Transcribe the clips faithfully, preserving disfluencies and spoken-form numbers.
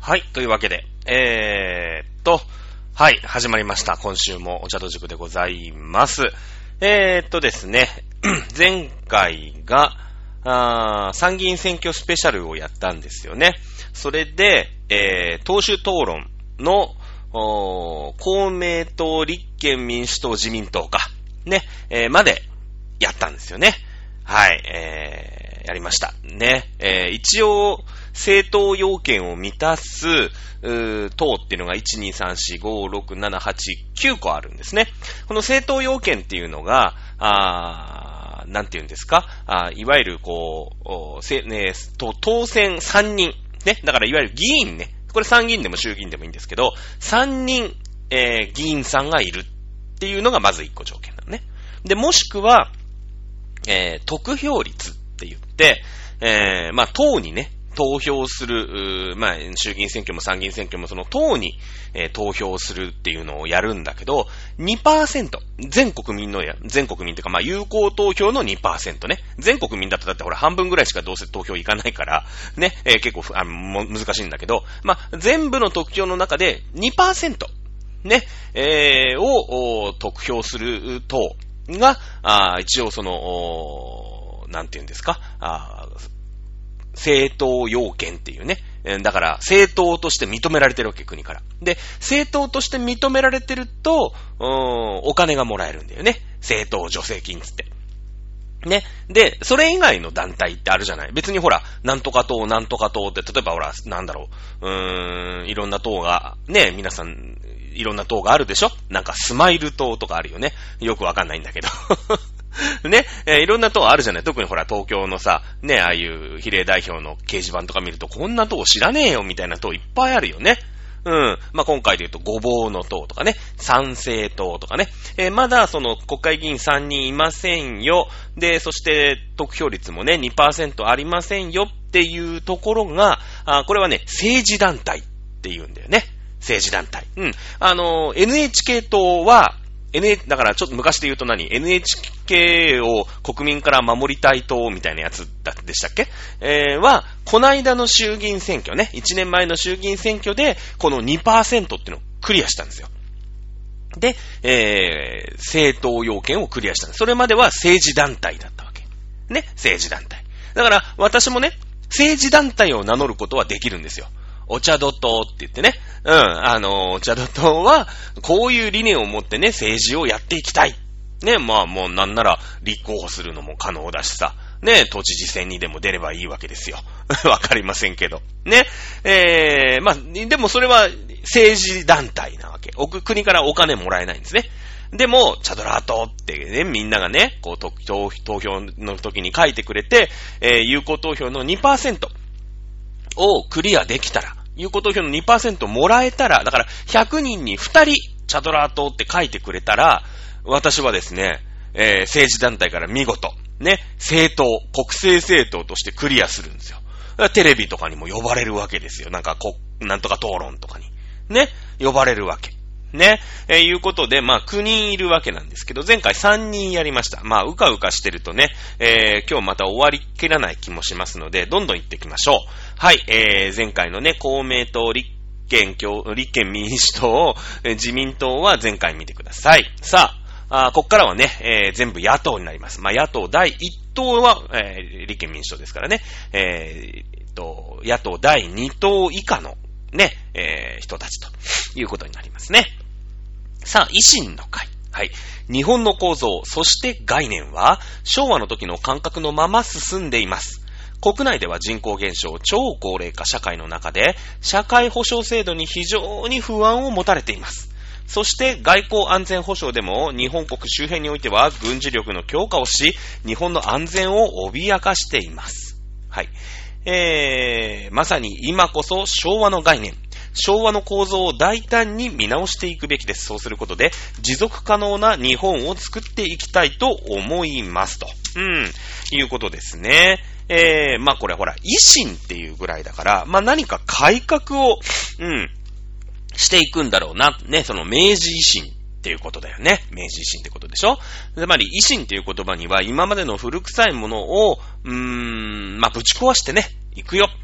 はい、というわけで、えーっと、はい、始まりました。今週もお茶と塾でございます。えーっとですね、前回が、あー参議院選挙スペシャルをやったんですよね。それで、えー、党首討論の、公明党、立憲民主党、自民党か、ね、えー、までやったんですよね。はい、えー、やりました。ね、えー、一応、政党要件を満たす、党っていうのがいち、に、さん、よん、ご、ろく、なな、はち、きゅうこあるんですね。この政党要件っていうのが、あなんていうんですか、あいわゆるこう、せね、当選さんにん、ね、だからいわゆる議員ね、これ参議院でも衆議院でもいいんですけど、さんにん、えー、議員さんがいるっていうのがまずいっこ条件なのね。で、もしくは、えー、得票率って言って、えー、まあ、党にね、投票する、まあ、衆議院選挙も参議院選挙もその党に、えー、投票するっていうのをやるんだけど、にパーセント、全国民のや、全国民というか、まあ、有効投票の にパーセント ね。全国民だとだってほら半分ぐらいしかどうせ投票いかないから、ね、えー、結構あも難しいんだけど、まあ、全部の得票の中で にパーセント、ね、えー、を得票する党が、あ一応その、なんていうんですか、あ政党要件っていうね。だから、政党として認められてるわけ、国から。で、政党として認められてると、お金がもらえるんだよね。政党助成金つって。ね。で、それ以外の団体ってあるじゃない。別にほら、なんとか党、なんとか党って、例えばほら、なんだろう、うーん、いろんな党が、ね、皆さん、いろんな党があるでしょ？なんかスマイル党とかあるよね。よくわかんないんだけど。ね、えー、いろんな党あるじゃない。特にほら、東京のさ、ね、ああいう比例代表の掲示板とか見ると、こんな党知らねえよみたいな党いっぱいあるよね。うん。まあ、今回で言うと、ごぼうの党とかね、参政党とかね。えー、まだその国会議員さんにんいませんよ。で、そして得票率もね、にパーセント ありませんよっていうところが、あこれはね、政治団体って言うんだよね。政治団体。うん。あの、エヌエイチケー 党は、N、だからちょっと昔で言うと何 ?エヌエイチケー を国民から守りたい党みたいなやつだでしたっけ、えー、は、この間の衆議院選挙ね、いちねんまえの衆議院選挙で、この にパーセント っていうのをクリアしたんですよ。で、えー、政党要件をクリアしたんです。それまでは政治団体だったわけ。ね、政治団体。だから私もね、政治団体を名乗ることはできるんですよ。お茶ど党って言ってね。うん。あの、お茶ど党は、こういう理念を持ってね、政治をやっていきたい。ね。まあもうなんなら立候補するのも可能だしさ。ね。都知事選にでも出ればいいわけですよ。わかりませんけど。ね。えー、まあ、でもそれは政治団体なわけ。国からお金もらえないんですね。でも、チャドラー党ってね、みんながね、こう、投票の時に書いてくれて、えー、有効投票の にパーセント。をクリアできたら、有効投票の にパーセント もらえたら、だからひゃくにんにふたり、チャドラー党って書いてくれたら、私はですね、えー、政治団体から見事、ね、政党、国政政党としてクリアするんですよ。テレビとかにも呼ばれるわけですよ。なんか、こ、なんとか討論とかに。ね、呼ばれるわけ。ね、えー、いうことで、まあ、きゅうにんいるわけなんですけど、前回さんにんやりました。まあ、うかうかしてるとね、えー、今日また終わりきらない気もしますので、どんどん行っていきましょう。はい、えー、前回のね、公明党、立憲、立憲民主党、えー、自民党は前回見てください。さあ、あこっからはね、えー、全部野党になります。まあ、野党だいいち党は、えー、立憲民主党ですからね、えー、と、野党だいに党以下のね、えー、人たちということになりますね。さあ、維新の会。はい。日本の構造、そして概念は、昭和の時の感覚のまま進んでいます。国内では人口減少、超高齢化社会の中で、社会保障制度に非常に不安を持たれています。そして外交安全保障でも、日本国周辺においては軍事力の強化をし、日本の安全を脅かしています。はい。えー、まさに今こそ昭和の概念。昭和の構造を大胆に見直していくべきです。そうすることで持続可能な日本を作っていきたいと思いますと。うん、いうことですね。えー、まあこれほら、維新っていうぐらいだから、まあ何か改革を、うん、していくんだろうな。ね、その明治維新っていうことだよね。明治維新ってことでしょ。つまり維新っていう言葉には今までの古臭いものを、うーん、まあぶち壊してね、いくよ。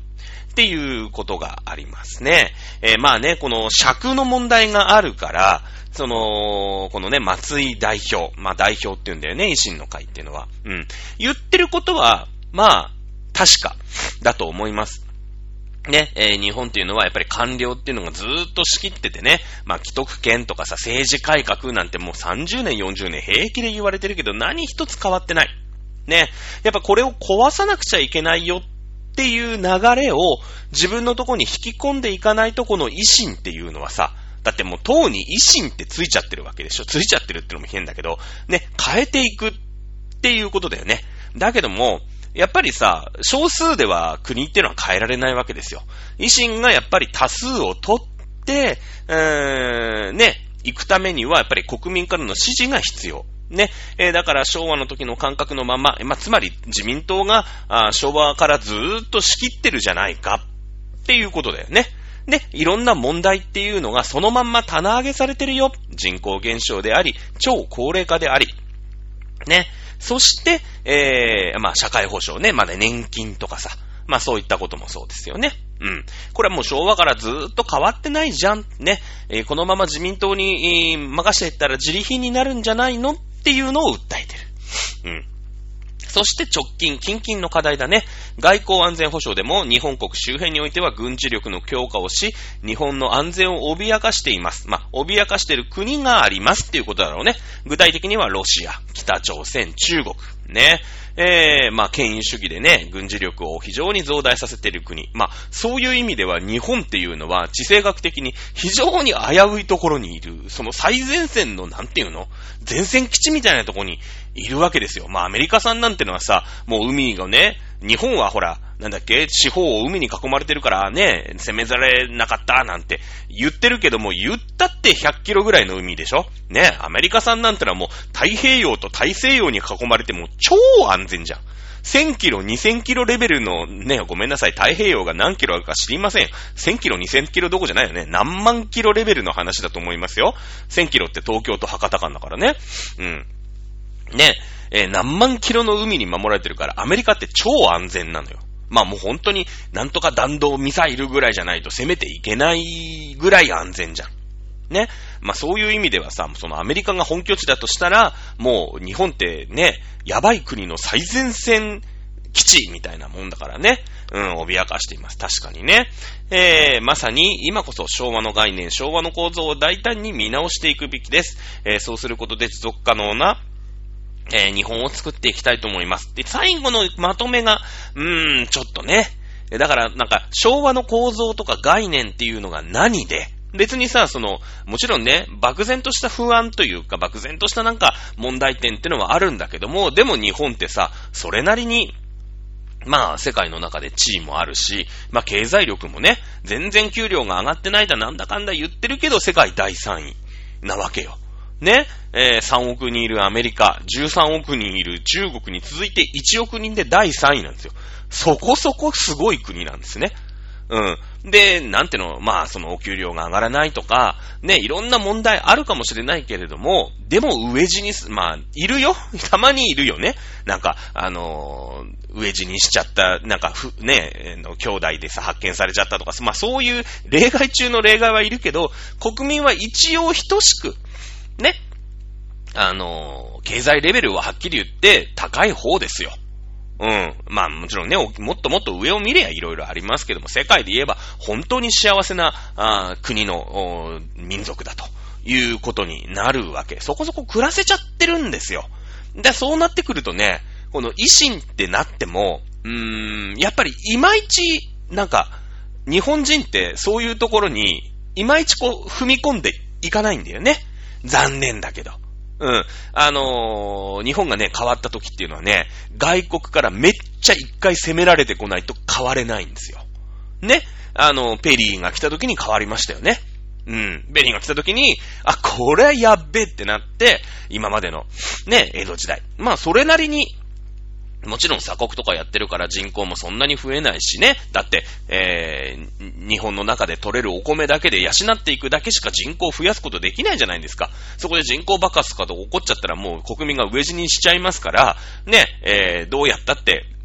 っていうことがありますね。えー、まあね、この尺の問題があるから、その、このね、松井代表。まあ代表って言うんだよね、維新の会っていうのは。うん。言ってることは、まあ、確かだと思います。ね、えー、日本っていうのはやっぱり官僚っていうのがずーっと仕切っててね、まあ既得権とかさ、政治改革なんてもうさんじゅうねん、よんじゅうねん平気で言われてるけど何一つ変わってない。ね、やっぱこれを壊さなくちゃいけないよっていう流れを自分のところに引き込んでいかないと、この維新っていうのはさ、だってもう党に維新ってついちゃってるわけでしょ。ついちゃってるってのも変だけど、ね、変えていくっていうことだよね。だけども、やっぱりさ、少数では国っていうのは変えられないわけですよ。維新がやっぱり多数を取って、うーん、ね、行くためにはやっぱり国民からの支持が必要。ね、えー、だから昭和の時の感覚のまま、まあ、つまり自民党があ昭和からずーっと仕切ってるじゃないかっていうことだよね。で、いろんな問題っていうのがそのまんま棚上げされてるよ。人口減少であり、超高齢化であり、ね。そして、えー、まあ、社会保障ね。まあね、年金とかさ。まあ、そういったこともそうですよね。うん。これはもう昭和からずーっと変わってないじゃん。ね。えー、このまま自民党に、えー、任せていったら自利品になるんじゃないのっていうのを訴えてる。うん。そして直近、近々の課題だね。外交安全保障でも日本国周辺においては軍事力の強化をし、日本の安全を脅かしています。まあ、脅かしている国がありますっていうことだろうね。具体的にはロシア、北朝鮮、中国、ね。えー、まあ、権威主義でね、軍事力を非常に増大させている国。まあ、そういう意味では日本っていうのは地政学的に非常に危ういところにいる、その最前線のなんていうの前線基地みたいなところにいるわけですよ。まあ、アメリカさんなんてのはさ、もう海がね、日本はほら、なんだっけ、四方を海に囲まれてるからね、攻めざれなかったなんて言ってるけども、言ったってひゃっキロぐらいの海でしょね、アメリカさんなんてのはもう太平洋と大西洋に囲まれても超安全じゃん。せんキロ、にせんキロレベルのね、ごめんなさい、太平洋が何キロあるか知りません。せんキロ、にせんキロどこじゃないよね。何万キロレベルの話だと思いますよ。せんキロって東京と博多間だからね。うん。ね、えー、何万キロの海に守られてるから、アメリカって超安全なのよ。まあもう本当になんとか弾道ミサイルぐらいじゃないと攻めていけないぐらい安全じゃん。ね。まあそういう意味ではさ、そのアメリカが本拠地だとしたら、もう日本ってね、やばい国の最前線基地みたいなもんだからね。うん、脅かしています。確かにね。えー、まさに今こそ昭和の概念、昭和の構造を大胆に見直していくべきです。えー、そうすることで持続可能なえー、日本を作っていきたいと思います。で、最後のまとめが、うーん、ちょっとね。だから、なんか、昭和の構造とか概念っていうのが何で、別にさ、その、もちろんね、漠然とした不安というか、漠然としたなんか問題点っていうのはあるんだけども、でも日本ってさ、それなりに、まあ、世界の中で地位もあるし、まあ、経済力もね、全然給料が上がってないだなんだかんだ言ってるけど、世界だいさんいなわけよ。ね、えー、さんおくにんいるアメリカ、じゅうさんおくにんいる中国に続いていちおくにんでだいさんいなんですよ。そこそこすごい国なんですね。うん。で、なんての、まあ、そのお給料が上がらないとか、ね、いろんな問題あるかもしれないけれども、でも飢え死にす、まあ、いるよ。たまにいるよね。なんか、あのー、飢え死にしちゃった、なんか、ふ、ね、の兄弟でさ、発見されちゃったとか、まあ、そういう例外中の例外はいるけど、国民は一応等しく、ね。あの、経済レベルははっきり言って高い方ですよ。うん。まあもちろんね、もっともっと上を見ればいろいろありますけども、世界で言えば本当に幸せなあ国の民族だということになるわけ。そこそこ暮らせちゃってるんですよ。で、そうなってくるとね、この維新ってなっても、うーん、やっぱりいまいち、なんか、日本人ってそういうところに、いまいちこう踏み込んでいかないんだよね。残念だけど。うん。あのー、日本がね、変わった時っていうのはね、外国からめっちゃ一回攻められてこないと変われないんですよ。ね。あの、ペリーが来た時に変わりましたよね。うん。ペリーが来た時に、あ、これはやっべってなって、今までの、ね、江戸時代。まあ、それなりに、もちろん鎖国とかやってるから人口もそんなに増えないしね。だって、えー、日本の中で取れるお米だけで養っていくだけしか人口を増やすことできないじゃないですか。そこで人口爆発とかと起こっちゃったらもう国民が飢え死にしちゃいますから、ね、えー、どうやったって、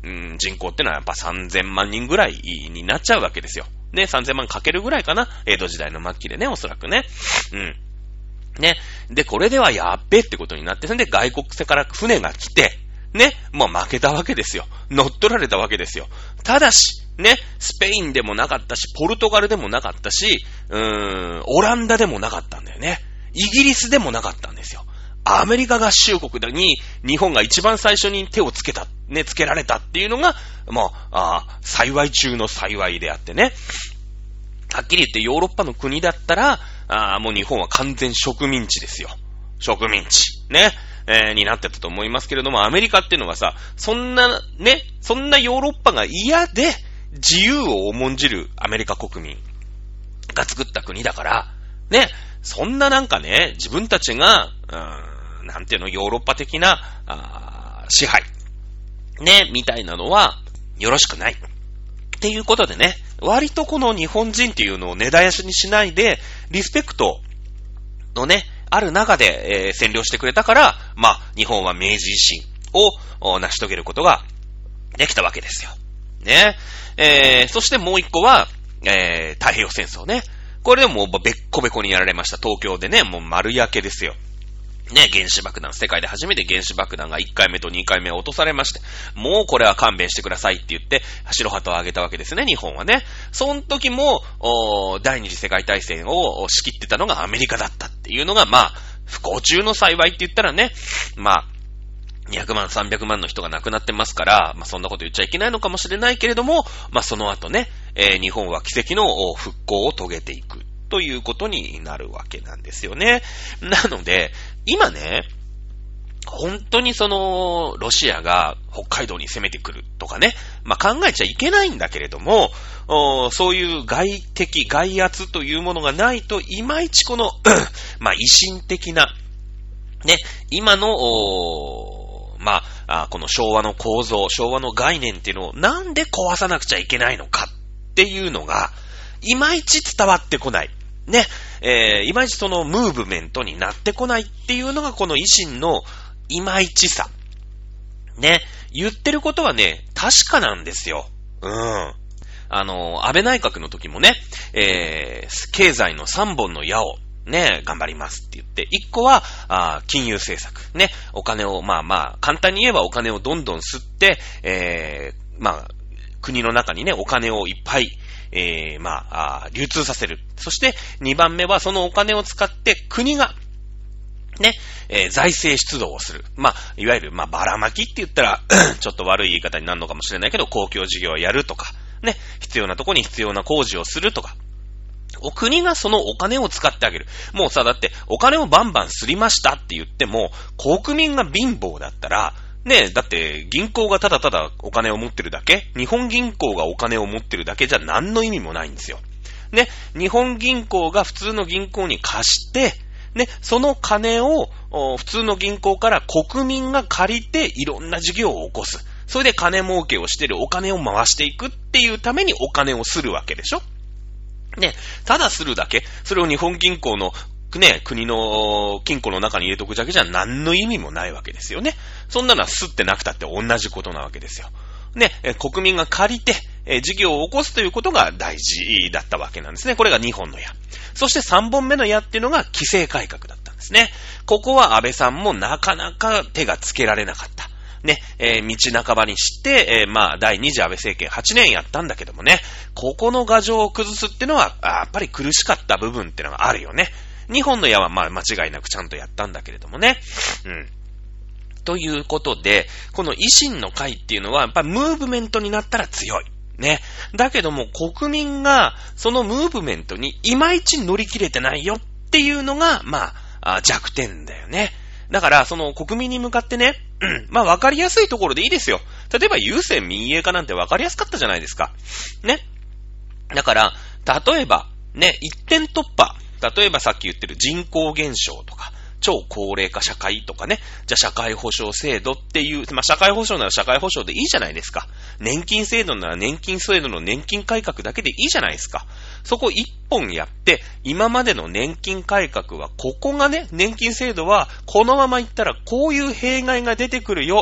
うん、人口ってのはやっぱさんぜんまんにんぐらいになっちゃうわけですよ。ね、さんぜんまんかけるぐらいかな。江戸時代の末期でね、おそらくね。うん。ね。で、これではやっべってことになって、そんで外国から船が来て、ね、もう負けたわけですよ。乗っ取られたわけですよ。ただし、ね、スペインでもなかったし、ポルトガルでもなかったし、うーん、オランダでもなかったんだよね。イギリスでもなかったんですよ。アメリカ合衆国に日本が一番最初に手をつけた、ね、つけられたっていうのが、もう、あ幸い中の幸いであってね。はっきり言ってヨーロッパの国だったら、あもう日本は完全植民地ですよ。植民地。ね。えー、になってたと思いますけれども、アメリカっていうのはさ、そんな、ね、そんなヨーロッパが嫌で、自由を重んじるアメリカ国民が作った国だから、ね、そんななんかね、自分たちが、うーん、なんていうの、ヨーロッパ的な、あ支配、ね、みたいなのは、よろしくない。っていうことでね、割とこの日本人っていうのを根絶やしにしないで、リスペクトのね、ある中で、えー、占領してくれたから、まあ、日本は明治維新を成し遂げることができたわけですよ。ね。えー、そしてもう一個は、えー、太平洋戦争ね。これでもべっこべこにやられました。東京でね、もう丸焼けですよ。ね、原子爆弾、世界で初めて原子爆弾がいっかいめとにかいめ落とされまして、もうこれは勘弁してくださいって言って、白旗を上げたわけですね、日本はね。その時も、第二次世界大戦を仕切ってたのがアメリカだったっていうのが、まあ、不幸中の幸いって言ったらね、まあ、にひゃくまん、さんびゃくまんの人が亡くなってますから、まあそんなこと言っちゃいけないのかもしれないけれども、まあその後ね、えー、日本は奇跡の復興を遂げていくということになるわけなんですよね。なので、今ね、本当にその、ロシアが北海道に攻めてくるとかね、まあ考えちゃいけないんだけれども、そういう外敵、外圧というものがないと、いまいちこの、まあ維新的な、ね、今の、まあ、あこの昭和の構造、昭和の概念っていうのをなんで壊さなくちゃいけないのかっていうのが、いまいち伝わってこない。ね。えー、いまいちそのムーブメントになってこないっていうのがこの維新のいまいちさ。ね。言ってることはね、確かなんですよ。うん。あの、安倍内閣の時もね、えー、経済のさんぼんの矢を、ね、頑張りますって言って、一個は、あ金融政策。ね、お金を、まあまあ、簡単に言えばお金をどんどん吸って、えー、まあ、国の中にね、お金をいっぱい、えー、まあ、あ流通させる。そしてにばんめはそのお金を使って国が、ね、えー、財政出動をする。まあ、いわゆる、まあ、ばらまきって言ったら、ちょっと悪い言い方になるのかもしれないけど、公共事業をやるとか、ね、必要なとこに必要な工事をするとか、お国がそのお金を使ってあげる。もうさ、だってお金をバンバンすりましたって言っても、国民が貧乏だったら、ねえ、だって銀行がただただお金を持ってるだけ、日本銀行がお金を持ってるだけじゃ何の意味もないんですよ。ね、日本銀行が普通の銀行に貸して、ね、その金を普通の銀行から国民が借りていろんな事業を起こす。それで金儲けをしてるお金を回していくっていうためにお金をするわけでしょ。ね、ただするだけ、それを日本銀行のね、国の金庫の中に入れとくだけじゃ何の意味もないわけですよね。そんなのはすってなくたって同じことなわけですよ。ね、国民が借りて、え事業を起こすということが大事だったわけなんですね。これがにほんの矢。そしてさんぼんめの矢っていうのが規制改革だったんですね。ここは安倍さんもなかなか手がつけられなかった。ね、えー、道半ばにして、えー、まあ、第二次安倍政権はちねんやったんだけどもね、ここの牙城を崩すってのは、やっぱり苦しかった部分ってのがあるよね。日本の矢はまあ間違いなくちゃんとやったんだけれどもね。うん。ということで、この維新の会っていうのは、やっぱりムーブメントになったら強い。ね。だけども国民がそのムーブメントにいまいち乗り切れてないよっていうのが、まあ、弱点だよね。だから、その国民に向かってね、うん、まあ分かりやすいところでいいですよ。例えば郵政民営化なんて分かりやすかったじゃないですか。ね。だから、例えば、ね、一点突破。例えばさっき言ってる人口減少とか、超高齢化社会とかね、じゃあ社会保障制度っていう、まあ社会保障なら社会保障でいいじゃないですか。年金制度なら年金制度の年金改革だけでいいじゃないですか。そこ一本やって、今までの年金改革は、ここがね、年金制度はこのままいったらこういう弊害が出てくるよ。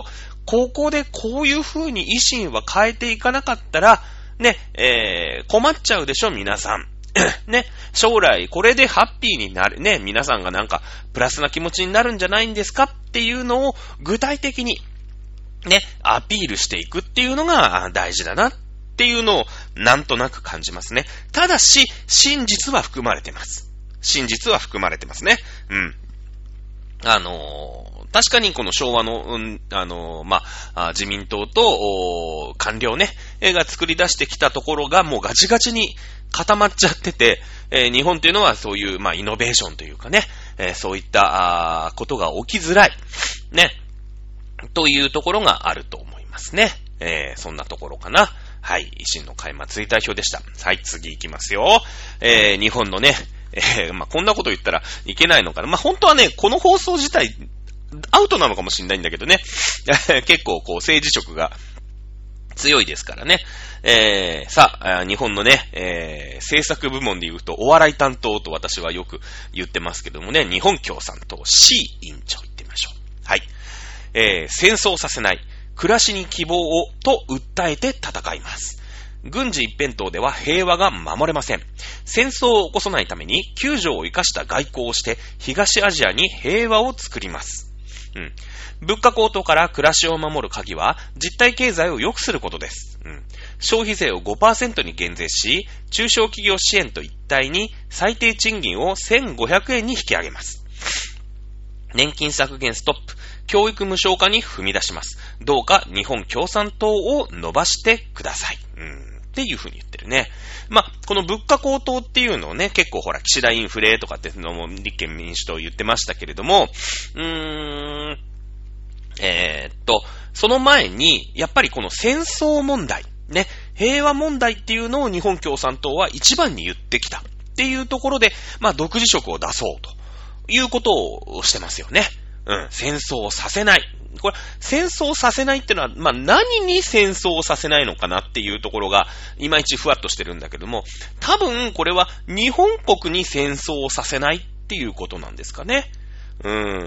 ここでこういう風に維新は変えていかなかったら、ね、えー、困っちゃうでしょ、皆さん。ね、将来これでハッピーになる、ね、皆さんがなんかプラスな気持ちになるんじゃないんですかっていうのを具体的に、ね、アピールしていくっていうのが大事だなっていうのをなんとなく感じますね。ただし、真実は含まれてます。真実は含まれてますね。うん。あのー、確かにこの昭和の、うん、あのー、まあ、自民党と、官僚ね、が作り出してきたところがもうガチガチに固まっちゃってて、えー、日本っていうのはそういう、まあ、イノベーションというかね、えー、そういったことが起きづらい、ね、というところがあると思いますね。えー、そんなところかな。はい、維新の会松井代表でした。はい、次行きますよ。えー、日本のね、えー、まあ、こんなこと言ったらいけないのかな。まあ、本当はね、この放送自体、アウトなのかもしれないんだけどね。結構、こう、政治色が強いですからね。えー、さあ、日本のね、えー、政策部門で言うと、お笑い担当と私はよく言ってますけどもね、日本共産党 C 委員長言ってみましょう。はい。えー、戦争させない、暮らしに希望をと訴えて戦います。軍事一辺倒では平和が守れません。戦争を起こさないために救助を生かした外交をして東アジアに平和を作ります。うん、物価高騰から暮らしを守る鍵は実体経済を良くすることです。うん、消費税を ごパーセント に減税し、中小企業支援と一体に最低賃金をせんごひゃくえんに引き上げます。年金削減ストップ、教育無償化に踏み出します。どうか日本共産党を伸ばしてください。うんっていう風に言ってるね。まあ、この物価高騰っていうのをね、結構ほら、岸田インフレとかっていうのも立憲民主党言ってましたけれども、うーん、えー、っと、その前に、やっぱりこの戦争問題、ね、平和問題っていうのを日本共産党は一番に言ってきたっていうところで、まあ、独自色を出そうということをしてますよね。うん、戦争をさせない。これ、戦争させないっていうのは、まあ、何に戦争をさせないのかなっていうところが、いまいちふわっとしてるんだけども、多分これは日本国に戦争をさせないっていうことなんですかね。うん、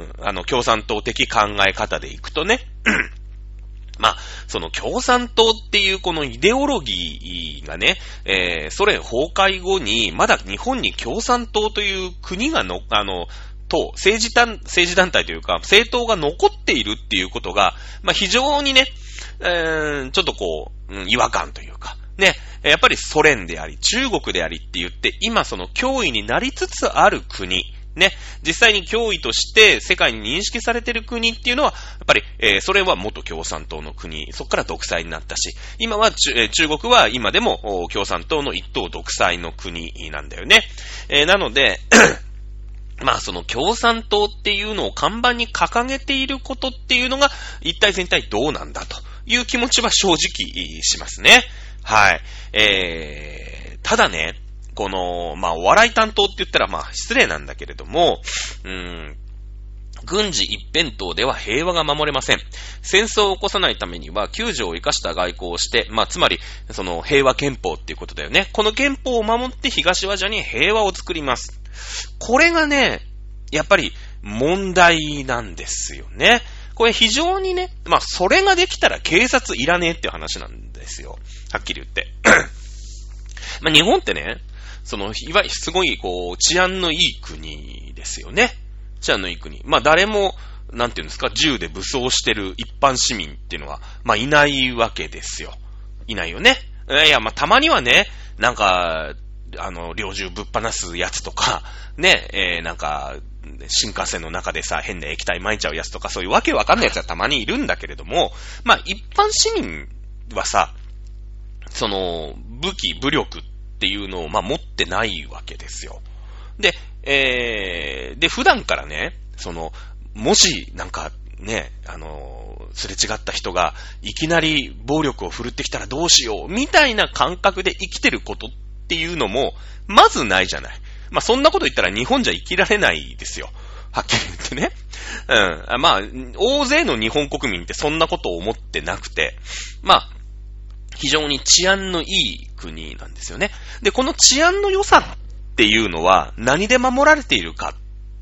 あの、共産党的考え方でいくとね。まあ、その共産党っていうこのイデオロギーがね、えー、ソ連崩壊後に、まだ日本に共産党という国がの、あの、と政治団、政治団体というか、政党が残っているっていうことが、まあ、非常にね、えー、ちょっとこう、うん、違和感というか、ね、やっぱりソ連であり、中国でありって言って、今その脅威になりつつある国、ね、実際に脅威として世界に認識されている国っていうのは、やっぱり、えー、ソ連は元共産党の国、そこから独裁になったし、今は中、えー、中国は今でも共産党の一党独裁の国なんだよね。えー、なので、まあその共産党っていうのを看板に掲げていることっていうのが一体全体どうなんだという気持ちは正直しますね。はい。えー、ただね、この、まあお笑い担当って言ったらまあ失礼なんだけれども、うーん、軍事一辺倒では平和が守れません。戦争を起こさないためには救助を生かした外交をして、まあつまりその平和憲法っていうことだよね。この憲法を守って東アジアに平和を作ります。これがね、やっぱり問題なんですよね。これ非常にね、まあそれができたら警察いらねえっていう話なんですよ。はっきり言って。まあ日本ってね、そのいわゆるすごいこう治安のいい国ですよね。治安のいい国。まあ誰もなんていうんですか、銃で武装してる一般市民っていうのはまあいないわけですよ。いないよね。いやまあたまにはね、なんかあの、猟銃ぶっ放すやつとか、ね、えー、なんか、新幹線の中でさ、変な液体撒いちゃうやつとか、そういうわけわかんないやつはたまにいるんだけれども、まあ、一般市民はさ、その、武器、武力っていうのを、まあ、持ってないわけですよ。で、えー、で、普段からね、その、もし、なんか、ね、あの、すれ違った人が、いきなり暴力を振るってきたらどうしよう、みたいな感覚で生きてることってっていうのも、まずないじゃない。まあ、そんなこと言ったら日本じゃ生きられないですよ。はっきり言ってね。うん。まあ、大勢の日本国民ってそんなことを思ってなくて、まあ、非常に治安のいい国なんですよね。で、この治安の良さっていうのは何で守られているかっ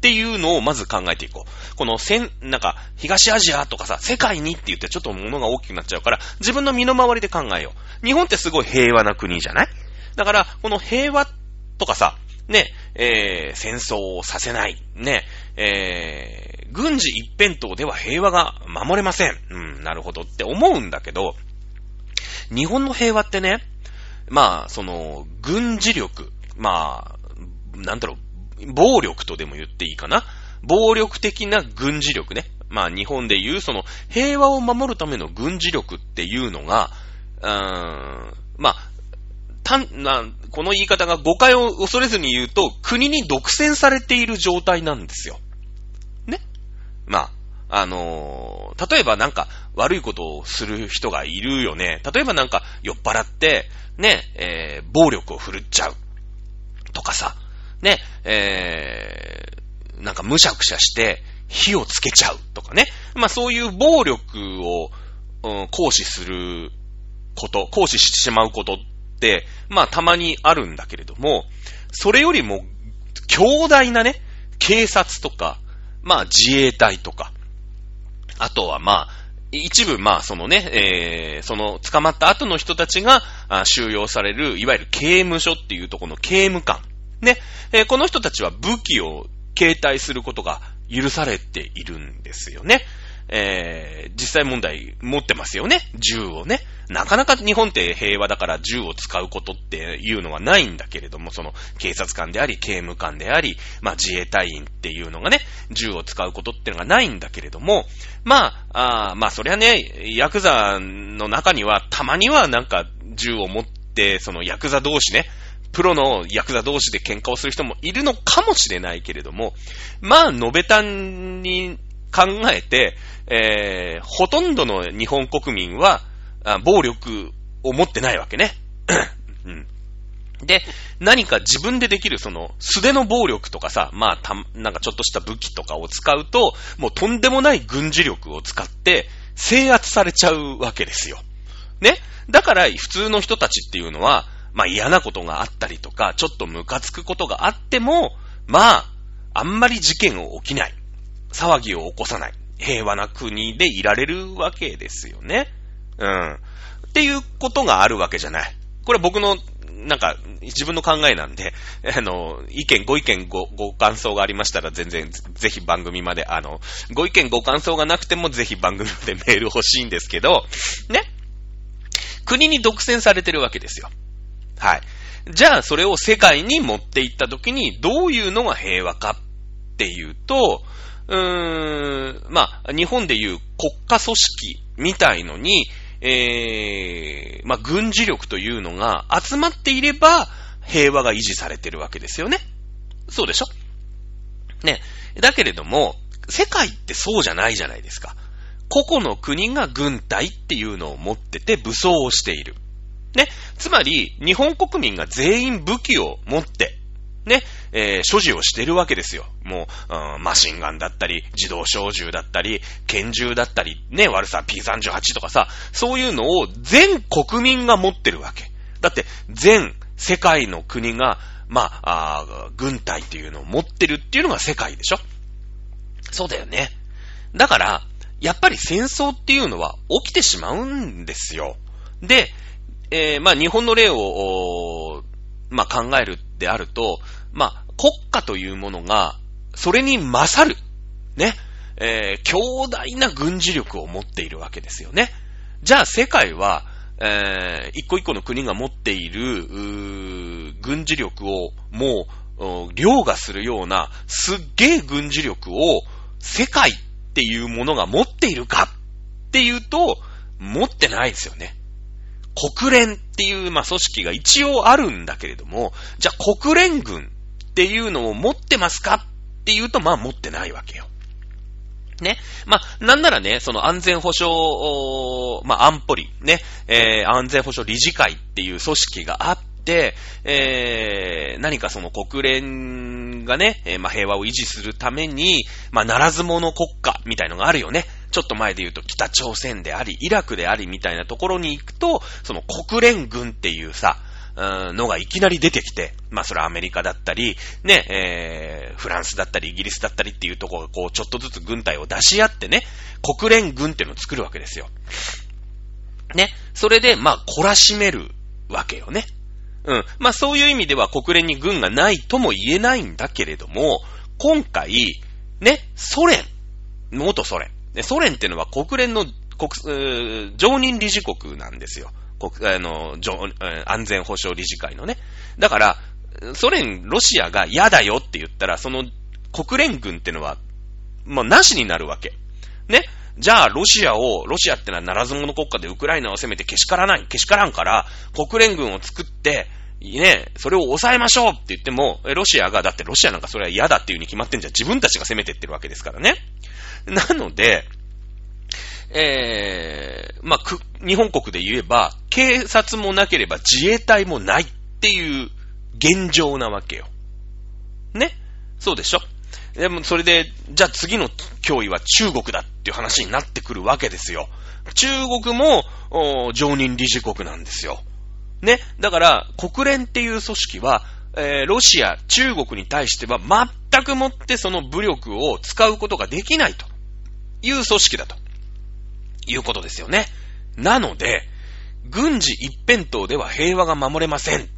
っていうのをまず考えていこう。このせん、なんか、東アジアとかさ、世界にって言ってちょっと物が大きくなっちゃうから、自分の身の回りで考えよう。日本ってすごい平和な国じゃない？だから、この平和とかさ、ね、えー、戦争をさせない、ね、えー、軍事一辺倒では平和が守れません。うん、なるほどって思うんだけど、日本の平和ってね、まあ、その、軍事力、まあ、なんだろう、暴力とでも言っていいかな。暴力的な軍事力ね。まあ、日本でいう、その、平和を守るための軍事力っていうのが、うーん、まあ、たんな、この言い方が誤解を恐れずに言うと、国に独占されている状態なんですよ。ね。まあ、あのー、例えばなんか悪いことをする人がいるよね。例えばなんか酔っ払って、ね、えー、暴力を振るっちゃう。とかさ、ね、えー、なんかむしゃくしゃして火をつけちゃうとかね。まあそういう暴力を、うん、行使すること、行使してしまうことって、まあたまにあるんだけれども、それよりも強大なね、警察とか、まあ自衛隊とか、あとはまあ、一部まあそのね、えー、その捕まった後の人たちが収容される、いわゆる刑務所っていうところの刑務官。ね、えー、この人たちは武器を携帯することが許されているんですよね。えー、実際問題持ってますよね。銃をね。なかなか日本って平和だから銃を使うことっていうのはないんだけれども、その警察官であり、刑務官であり、まあ自衛隊員っていうのがね、銃を使うことっていうのがないんだけれども、まあ、あまあそりゃね、ヤクザの中にはたまにはなんか銃を持って、そのヤクザ同士ね、プロのヤクザ同士で喧嘩をする人もいるのかもしれないけれども、まあ、のべたんに考えて、えー、ほとんどの日本国民は、暴力を持ってないわけね。うん、で、何か自分でできるその素手の暴力とかさ、まあた、なんかちょっとした武器とかを使うと、もうとんでもない軍事力を使って制圧されちゃうわけですよ。ね。だから普通の人たちっていうのは、まあ嫌なことがあったりとか、ちょっとムカつくことがあっても、まあ、あんまり事件を起きない。騒ぎを起こさない。平和な国でいられるわけですよね。うん。っていうことがあるわけじゃない。これ僕の、なんか、自分の考えなんで、あの、意見、ご意見、ご、ご感想がありましたら全然、ぜひ番組まで、あの、ご意見、ご感想がなくてもぜひ番組までメール欲しいんですけど、ね。国に独占されてるわけですよ。はい。じゃあ、それを世界に持っていったときに、どういうのが平和かっていうと、うーん、まあ、日本でいう国家組織みたいのに、えー、まあ、軍事力というのが集まっていれば、平和が維持されてるわけですよね。そうでしょ？ね。だけれども、世界ってそうじゃないじゃないですか。個々の国が軍隊っていうのを持ってて武装をしている。ね。つまり、日本国民が全員武器を持って、ね、えー、所持をしているわけですよ。もう、うん、マシンガンだったり、自動小銃だったり、拳銃だったり、ね、ワルサー ピーさんじゅうはち とかさ、そういうのを全国民が持ってるわけ。だって、全世界の国が、まあ、あ軍隊っていうのを持ってるっていうのが世界でしょ？そうだよね。だから、やっぱり戦争っていうのは起きてしまうんですよ。で、えー、まあ日本の例を、まあ考えるであると、まあ国家というものが、それに勝る、ね、えー、強大な軍事力を持っているわけですよね。じゃあ世界は、えー、一個一個の国が持っている、軍事力をもう、凌駕するような、すっげえ軍事力を世界っていうものが持っているかっていうと、持ってないですよね。国連っていう、まあ、組織が一応あるんだけれども、じゃあ国連軍っていうのを持ってますかっていうと、まあ持ってないわけよ。ね。まあ、なんならね、その安全保障、まあ、安保理、ね、えー、安全保障理事会っていう組織があって、えー、何かその国連がね、えー、まあ、平和を維持するために、まあ、ならず者国家みたいのがあるよね。ちょっと前で言うと北朝鮮であり、イラクでありみたいなところに行くと、その国連軍っていうさ、 のがいきなり出てきて、まあそれはアメリカだったり、ね、えー、フランスだったりイギリスだったりっていうところがこうちょっとずつ軍隊を出し合ってね、国連軍っていうのを作るわけですよ。ね。それで、まあ懲らしめるわけよね。うん。まあそういう意味では国連に軍がないとも言えないんだけれども、今回、ね、ソ連、元ソ連。ソ連っていうのは国連の国、常任理事国なんですよ。国、あの、安全保障理事会のね。だから、ソ連、ロシアが嫌だよって言ったら、その国連軍っていうのは、まあ、なしになるわけ。ね。じゃあ、ロシアを、ロシアってのはならず者国家でウクライナを攻めてけしからない、けしからんから、国連軍を作って、ね、それを抑えましょうって言っても、ロシアが、だってロシアなんかそれは嫌だっていうに決まってんじゃん。自分たちが攻めてってるわけですからね。なので、えー、まあ、日本国で言えば、警察もなければ自衛隊もないっていう現状なわけよ。ね？そうでしょ？でもそれで、じゃあ次の脅威は中国だっていう話になってくるわけですよ。中国も常任理事国なんですよ。ね。だから、国連っていう組織は、えー、ロシア、中国に対しては全くもってその武力を使うことができないという組織だということですよね。なので、軍事一辺倒では平和が守れませんって、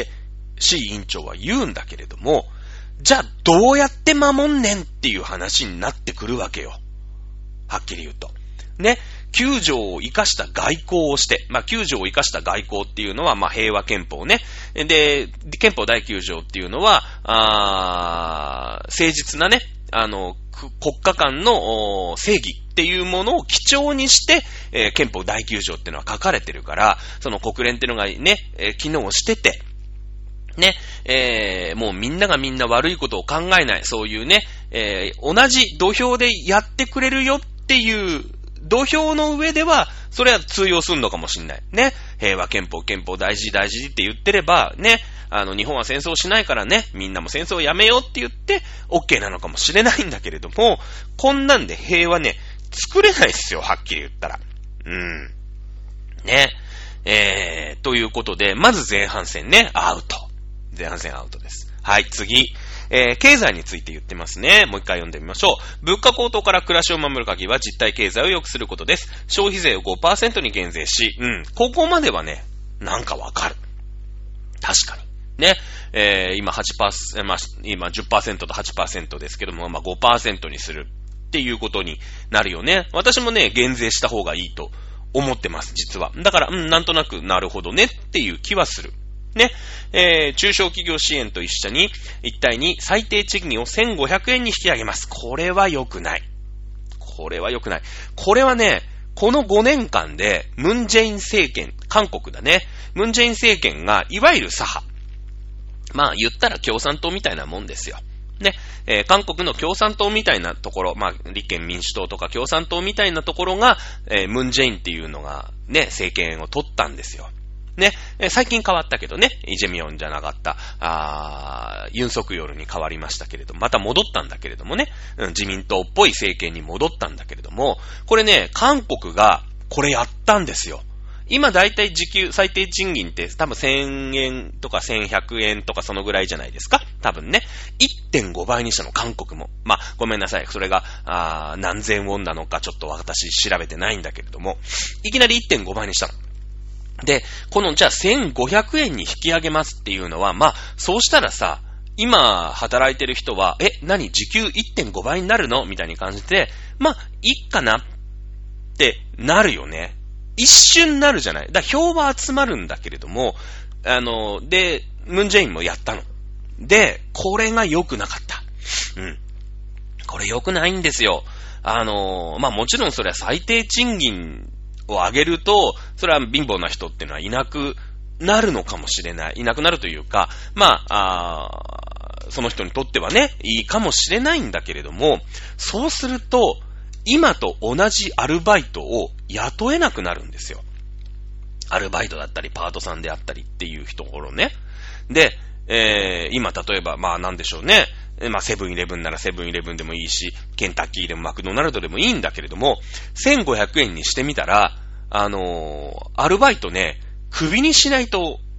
志位委員長は言うんだけれども、じゃあどうやって守んねんっていう話になってくるわけよ。はっきり言うと。ね。きゅう条を生かした外交をして、まあ、きゅう条を生かした外交っていうのは、まあ、平和憲法ね。で、憲法だいきゅう条っていうのは、あ誠実なね、あの、国家間の正義っていうものを基調にして、えー、憲法だいきゅう条っていうのは書かれてるから、その国連っていうのがね、えー、機能してて、ね、えー、もうみんながみんな悪いことを考えない、そういうね、えー、同じ土俵でやってくれるよっていう、土俵の上では、それは通用するのかもしれない。ね。平和憲法、憲法大事大事って言ってれば、ね。あの、日本は戦争しないからね。みんなも戦争をやめようって言って、OK なのかもしれないんだけれども、こんなんで平和ね、作れないですよ、はっきり言ったら。うん。ね。えー、ということで、まず前半戦ね、アウト。前半戦アウトです。はい、次。えー、経済について言ってますね。もう一回読んでみましょう。物価高騰から暮らしを守る鍵は実体経済を良くすることです。消費税を ごパーセント に減税し、うん、ここまではね、なんかわかる。確かに。ね、えー、今 はちパーセント、まあ、今 じゅっパーセント と はちパーセント ですけども、まあ、ごパーセント にするっていうことになるよね。私もね、減税した方がいいと思ってます、実は。だから、うん、なんとなくなるほどねっていう気はする。ね、えー、中小企業支援と一緒に一体に最低賃金をせんごひゃくえんに引き上げます。これは良くない。これは良くない。これはね、このごねんかんでムンジェイン政権、韓国だね。ムンジェイン政権がいわゆる左派。まあ言ったら共産党みたいなもんですよ。ね、えー、韓国の共産党みたいなところ、まあ立憲民主党とか共産党みたいなところが、えー、ムンジェインっていうのがね、政権を取ったんですよ。ね、最近変わったけどね、イジェミョンじゃなかった、あユンソクヨルに変わりましたけれども、また戻ったんだけれどもね、うん、自民党っぽい政権に戻ったんだけれども、これね、韓国がこれやったんですよ。今だいたい時給最低賃金って多分せんえんとかせんひゃくえんとかそのぐらいじゃないですか。多分ね。いってんごばいにしたの、韓国も。まあ、ごめんなさい。それが、あ何千ウォンなのかちょっと私調べてないんだけれども、いきなり いってんごばいにしたの。で、このじゃあせんごひゃくえんに引き上げますっていうのは、まあ、そうしたらさ、今働いてる人は、え、何時給 いってんごばいになるのみたいに感じて、まあ、いいかなってなるよね。一瞬なるじゃない。だから票は集まるんだけれども、あの、で、ムンジェインもやったの。で、これが良くなかった。うん。これ良くないんですよ。あの、まあ、もちろんそれは最低賃金を上げると、それは貧乏な人っていうのはいなくなるのかもしれない。いなくなるというか、まあ、あその人にとってはね、いいかもしれないんだけれども、そうすると、今と同じアルバイトを雇えなくなるんですよ。アルバイトだったり、パートさんであったりっていうところね。で、えー、今例えば、まあなんでしょうね。まあセブンイレブンならセブンイレブンでもいいし、ケンタッキーでもマクドナルドでもいいんだけれども、せんごひゃくえんにしてみたら、あのー、アルバイトね、クビにしないと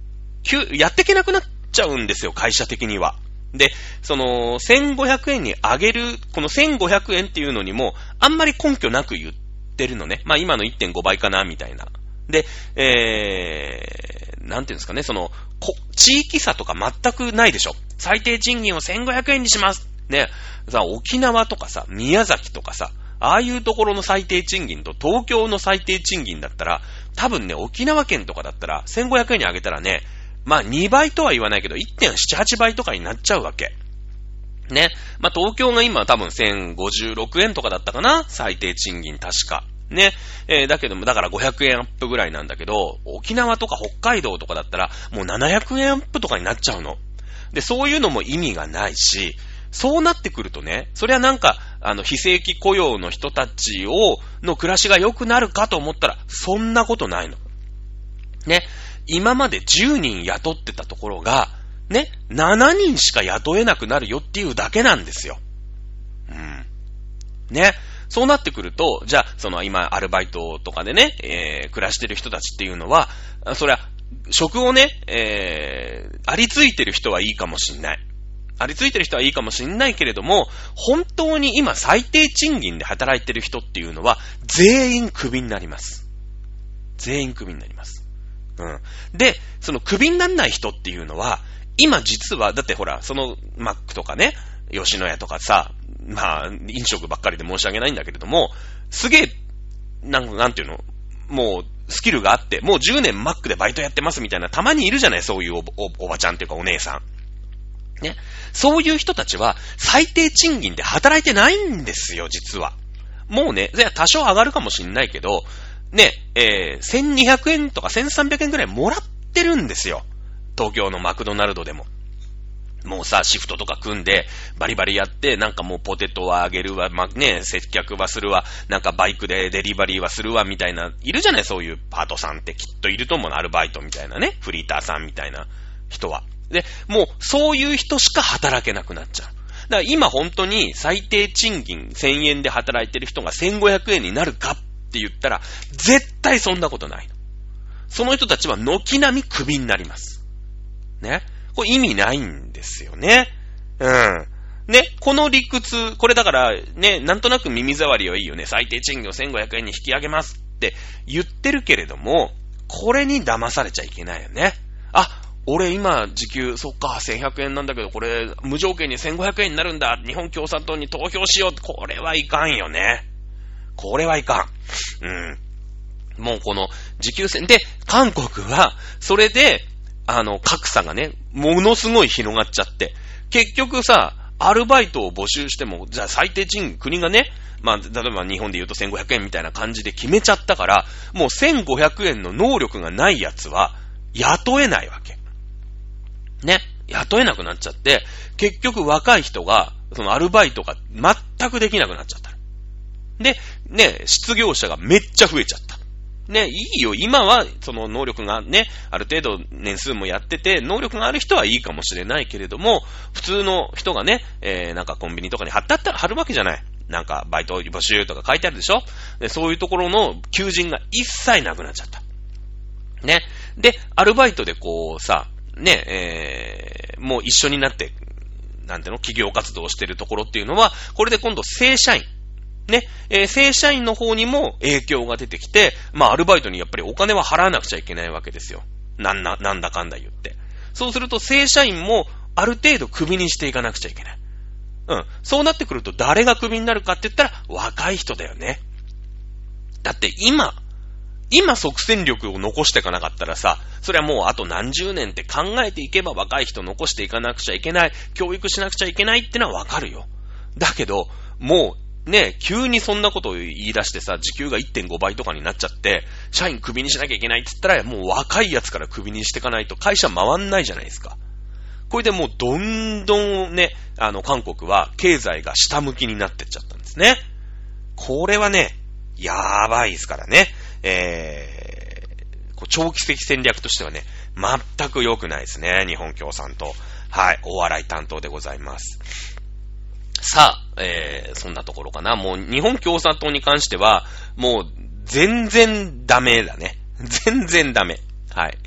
やっていけなくなっちゃうんですよ、会社的には。で、その、せんごひゃくえんに上げる、このせんごひゃくえんっていうのにも、あんまり根拠なく言ってるのね。まあ今の いってんご 倍かな、みたいな。で、えー、なんていうんですかね、その、こ地域差とか全くないでしょ。最低賃金をせんごひゃくえんにします。ね。さ、沖縄とかさ、宮崎とかさ、ああいうところの最低賃金と東京の最低賃金だったら、多分ね、沖縄県とかだったら、せんごひゃくえんに上げたらね、まあにばいとは言わないけど いってんななはち 倍とかになっちゃうわけ。ね。まあ東京が今多分せんごじゅうろくえんとかだったかな、最低賃金確か。ね。えー、だけども、だからごひゃくえんアップぐらいなんだけど、沖縄とか北海道とかだったらもうななひゃくえんアップとかになっちゃうの。で、そういうのも意味がないし、そうなってくるとね、それはなんか、あの、非正規雇用の人たちを、の暮らしが良くなるかと思ったら、そんなことないの。ね。今までじゅうにん雇ってたところが、ね、しちにんしか雇えなくなるよっていうだけなんですよ。うん。ね。そうなってくると、じゃあ、その今、アルバイトとかでね、えー、暮らしてる人たちっていうのは、そりゃ、職をね、えー、ありついてる人はいいかもしんない。ありついてる人はいいかもしんないけれども、本当に今最低賃金で働いてる人っていうのは、全員クビになります。全員クビになります。うん。で、そのクビにならない人っていうのは、今実は、だってほら、そのマックとかね、吉野家とかさ、まあ、飲食ばっかりで申し訳ないんだけれども、すげえ、なん、なんていうの、もう、スキルがあって、もうじゅうねんマックでバイトやってますみたいな、たまにいるじゃない、そういうお、お、おばちゃんっていうかお姉さん。ね。そういう人たちは、最低賃金で働いてないんですよ、実は。もうね、じゃあ多少上がるかもしんないけど、ね、えー、せんにひゃくえんとかせんさんびゃくえんくらいもらってるんですよ。東京のマクドナルドでも。もうさ、シフトとか組んで、バリバリやって、なんかもうポテトはあげるわ、まあ、ね、接客はするわ、なんかバイクでデリバリーはするわ、みたいな、いるじゃない、そういうパートさんってきっといると思うの、アルバイトみたいなね、フリーターさんみたいな人は。で、もう、そういう人しか働けなくなっちゃう。だから今本当に最低賃金せんえんで働いてる人がせんごひゃくえんになるかって言ったら、絶対そんなことないの。その人たちは軒並みクビになります。ね。これ意味ないんですよね。うん。ね、この理屈、これだからね、なんとなく耳障りはいいよね。最低賃金をせんごひゃくえんに引き上げますって言ってるけれども、これに騙されちゃいけないよね。あ、俺今時給、そっか、せんひゃくえんなんだけど、これ無条件にせんごひゃくえんになるんだ。日本共産党に投票しよう。これはいかんよね。これはいかん。うん。もうこの時給線で、韓国は、それで、あの、格差がね、ものすごい広がっちゃって、結局さ、アルバイトを募集しても、じゃあ最低賃金、国がね、まあ、例えば日本で言うとせんごひゃくえんみたいな感じで決めちゃったから、もうせんごひゃくえんの能力がないやつは、雇えないわけ。ね。雇えなくなっちゃって、結局若い人が、そのアルバイトが全くできなくなっちゃった。で、ね、失業者がめっちゃ増えちゃった。ね、いいよ。今は、その能力がね、ある程度年数もやってて、能力がある人はいいかもしれないけれども、普通の人がね、えー、なんかコンビニとかに貼ってあったら貼るわけじゃない。なんか、バイト募集とか書いてあるでしょ。で、そういうところの求人が一切なくなっちゃった。ね。で、アルバイトでこうさ、ね、えー、もう一緒になって、なんていうの、企業活動をしてるところっていうのは、これで今度正社員。ね、えー、正社員の方にも影響が出てきて、まあ、アルバイトにやっぱりお金は払わなくちゃいけないわけですよ。なんな、なんだかんだ言って。そうすると、正社員もある程度クビにしていかなくちゃいけない。うん。そうなってくると、誰がクビになるかって言ったら、若い人だよね。だって今、今即戦力を残していかなかったらさ、それはもうあと何十年って考えていけば若い人残していかなくちゃいけない、教育しなくちゃいけないってのはわかるよ。だけど、もう、ね、急にそんなことを言い出してさ、時給が いってんご 倍とかになっちゃって、社員クビにしなきゃいけないって言ったら、もう若いやつからクビにしていかないと会社回んないじゃないですか。これでもうどんどんね、あの、韓国は経済が下向きになってっちゃったんですね。これはね、やばいですからね。えー、こう長期的戦略としてはね、全く良くないですね。日本共産党。はい、お笑い担当でございます。さあ、えー、そんなところかな。もう日本共産党に関しては、もう全然ダメだね。全然ダメ。はい。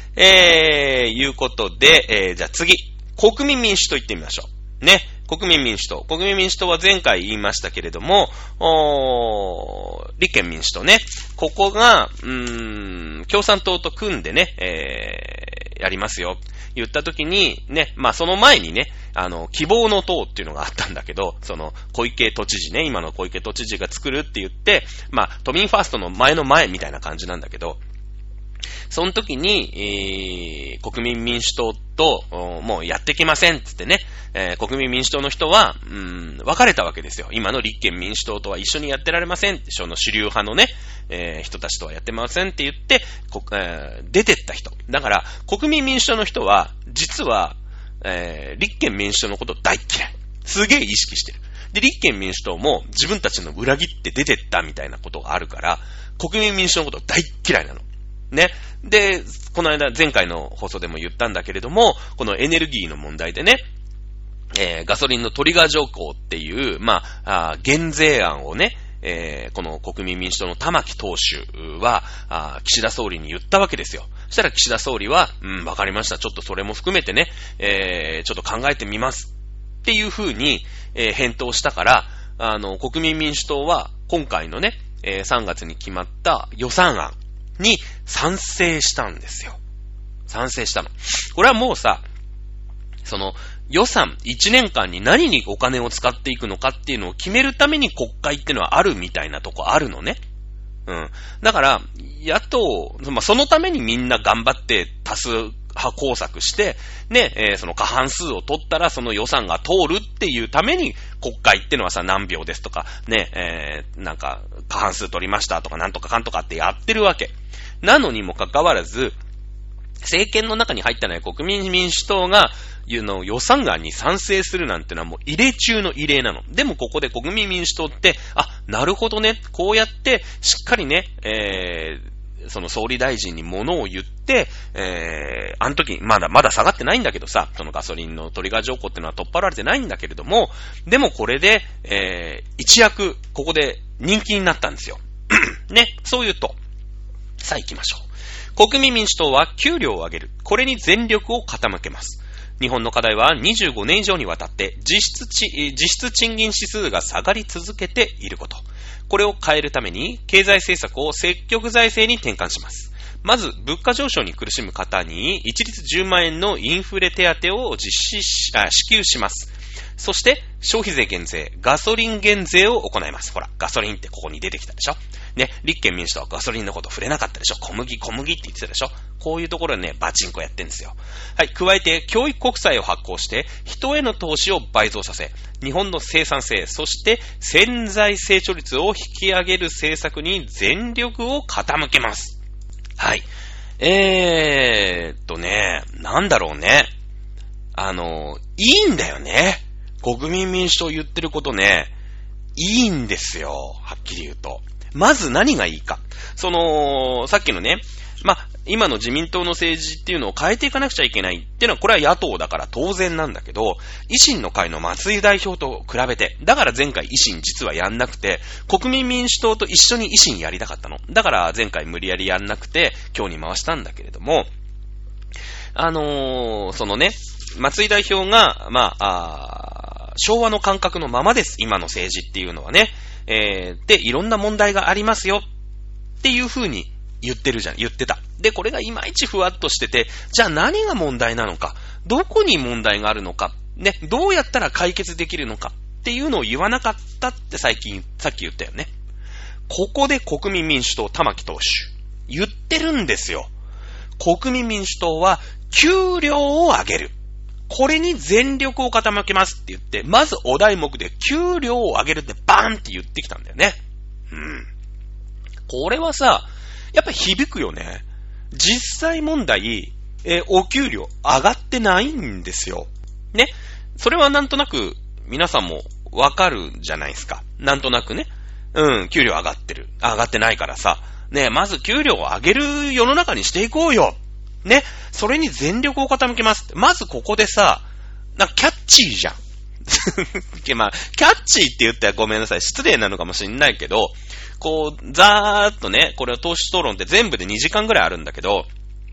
えー、いうことで、えー、じゃあ次、国民民主党行ってみましょう。ね。国民民主党。国民民主党は前回言いましたけれども、おー立憲民主党ね。ここが、うーん、共産党と組んでね、えー、やりますよ。言った時に、ね、まあその前にね、あの、希望の党っていうのがあったんだけど、その、小池都知事ね、今の小池都知事が作るって言って、まあ都民ファーストの前の前みたいな感じなんだけど、その時に、えー、国民民主党と、もうやってきませんって言ってね、えー、国民民主党の人は、うん、分かれたわけですよ。今の立憲民主党とは一緒にやってられませんって、その主流派のね、えー、人たちとはやってませんって言って、こえー、出てった人。だから、国民民主党の人は、実は、えー、立憲民主党のこと大嫌い。すげえ意識してる。で、立憲民主党も自分たちの裏切って出てったみたいなことがあるから、国民民主党のこと大嫌いなの。ね。で、この間、前回の放送でも言ったんだけれども、このエネルギーの問題でね、えー、ガソリンのトリガー条項っていう、まあ、あ減税案をね、えー、この国民民主党の玉木党首は、あ岸田総理に言ったわけですよ。そしたら岸田総理は、うん、わかりました。ちょっとそれも含めてね、えー、ちょっと考えてみます。っていうふうに、えー、返答したから、あの、国民民主党は、今回のね、えー、さんがつに決まった予算案に賛成したんですよ。賛成したの。これはもうさ、その予算いちねんかんに何にお金を使っていくのかっていうのを決めるために国会っていうのはあるみたいなとこあるのね。うん。だから、野党、まあ、そのためにみんな頑張って多数派工作して、ね、えー、その過半数を取ったらその予算が通るっていうために国会っていうのはさ、何秒ですとか、ね、えー、なんか過半数取りましたとかなんとかかんとかってやってるわけ。なのにもかかわらず、政権の中に入ったない国民民主党が、いうの予算案に賛成するなんてのはもう異例中の異例なの。でもここで国民民主党って、あ、なるほどね、こうやってしっかりね、えー、その総理大臣に物を言って、えー、あの時、まだ、まだ下がってないんだけどさ、そのガソリンのトリガー条項っていうのは取っ払われてないんだけれども、でもこれで、えー、一躍、ここで人気になったんですよ。ね、そういうと、さあ行きましょう。国民民主党は給料を上げる。これに全力を傾けます。日本の課題はにじゅうごねん以上にわたって実質ち、実質賃金指数が下がり続けていること。これを変えるために経済政策を積極財政に転換します。まず、物価上昇に苦しむ方に一律じゅうまんえんのインフレ手当を実施し、あ、支給します。そして、消費税減税、ガソリン減税を行います。ほら、ガソリンってここに出てきたでしょ。ね、立憲民主党はガソリンのこと触れなかったでしょ。小麦、小麦って言ってたでしょ。こういうところでね、バチンコやってんですよ。はい、加えて、教育国債を発行して、人への投資を倍増させ、日本の生産性、そして潜在成長率を引き上げる政策に全力を傾けます。はい。えーっとね、なんだろうね。あの、いいんだよね。国民民主党言ってることね、いいんですよ。はっきり言うと。まず何がいいか。その、さっきのね、ま、今の自民党の政治っていうのを変えていかなくちゃいけないっていうのは、これは野党だから当然なんだけど、維新の会の松井代表と比べて、だから前回維新実はやんなくて、国民民主党と一緒に維新やりたかったの。だから前回無理やりやんなくて、今日に回したんだけれども、あのー、そのね、松井代表が、まあ、あ昭和の感覚のままです。今の政治っていうのはね。えー、で、いろんな問題がありますよっていう風に言ってるじゃん、言ってた。で、これがいまいちふわっとしてて、じゃあ何が問題なのか、どこに問題があるのか、ね、どうやったら解決できるのかっていうのを言わなかったって最近、さっき言ったよね。ここで国民民主党玉木党首、言ってるんですよ。国民民主党は給料を上げる。これに全力を傾けますって言って、まずお題目で給料を上げるってバーンって言ってきたんだよね。うん。これはさ、やっぱ響くよね。実際問題、えー、お給料上がってないんですよ。ね。それはなんとなく皆さんもわかるじゃないですか。なんとなくね。うん、給料上がってる。上がってないからさ。ね、まず給料を上げる世の中にしていこうよ。ね。それに全力を傾けますって。まずここでさ、なんかキャッチーじゃん。まあ、キャッチーって言ったらごめんなさい。失礼なのかもしんないけど、こう、ざーっとね、これを党首討論って全部でにじかんぐらいあるんだけど、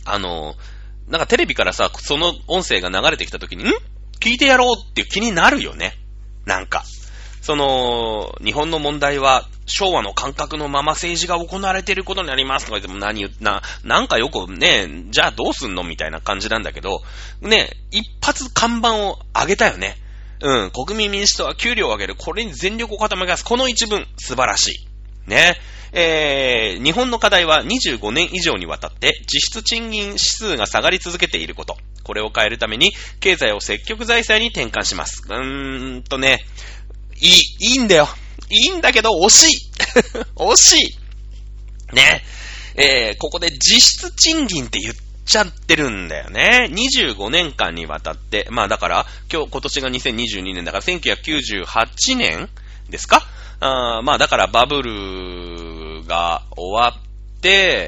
あの、なんかテレビからさ、その音声が流れてきた時に、ん?聞いてやろうっていう気になるよね。なんか。その、日本の問題は、昭和の感覚のまま政治が行われていることになりますとか言っても何言う、な、なんかよくね、じゃあどうすんのみたいな感じなんだけど、ね、一発看板を上げたよね。うん、国民民主党は給料を上げる。これに全力を傾けます。この一文、素晴らしい。ね。えー、日本の課題はにじゅうごねん以上にわたって実質賃金指数が下がり続けていること。これを変えるために経済を積極財政に転換します。うーんとね、いい、いいんだよ。いいんだけど惜しい。惜しい。ね。えー、ここで実質賃金って言っちゃってるんだよね。にじゅうごねんかんにわたって、まあだから、今日、今年がにせんにじゅうにねんだからせんきゅうひゃくきゅうじゅうはちねんですか？あまあだからバブルが終わって、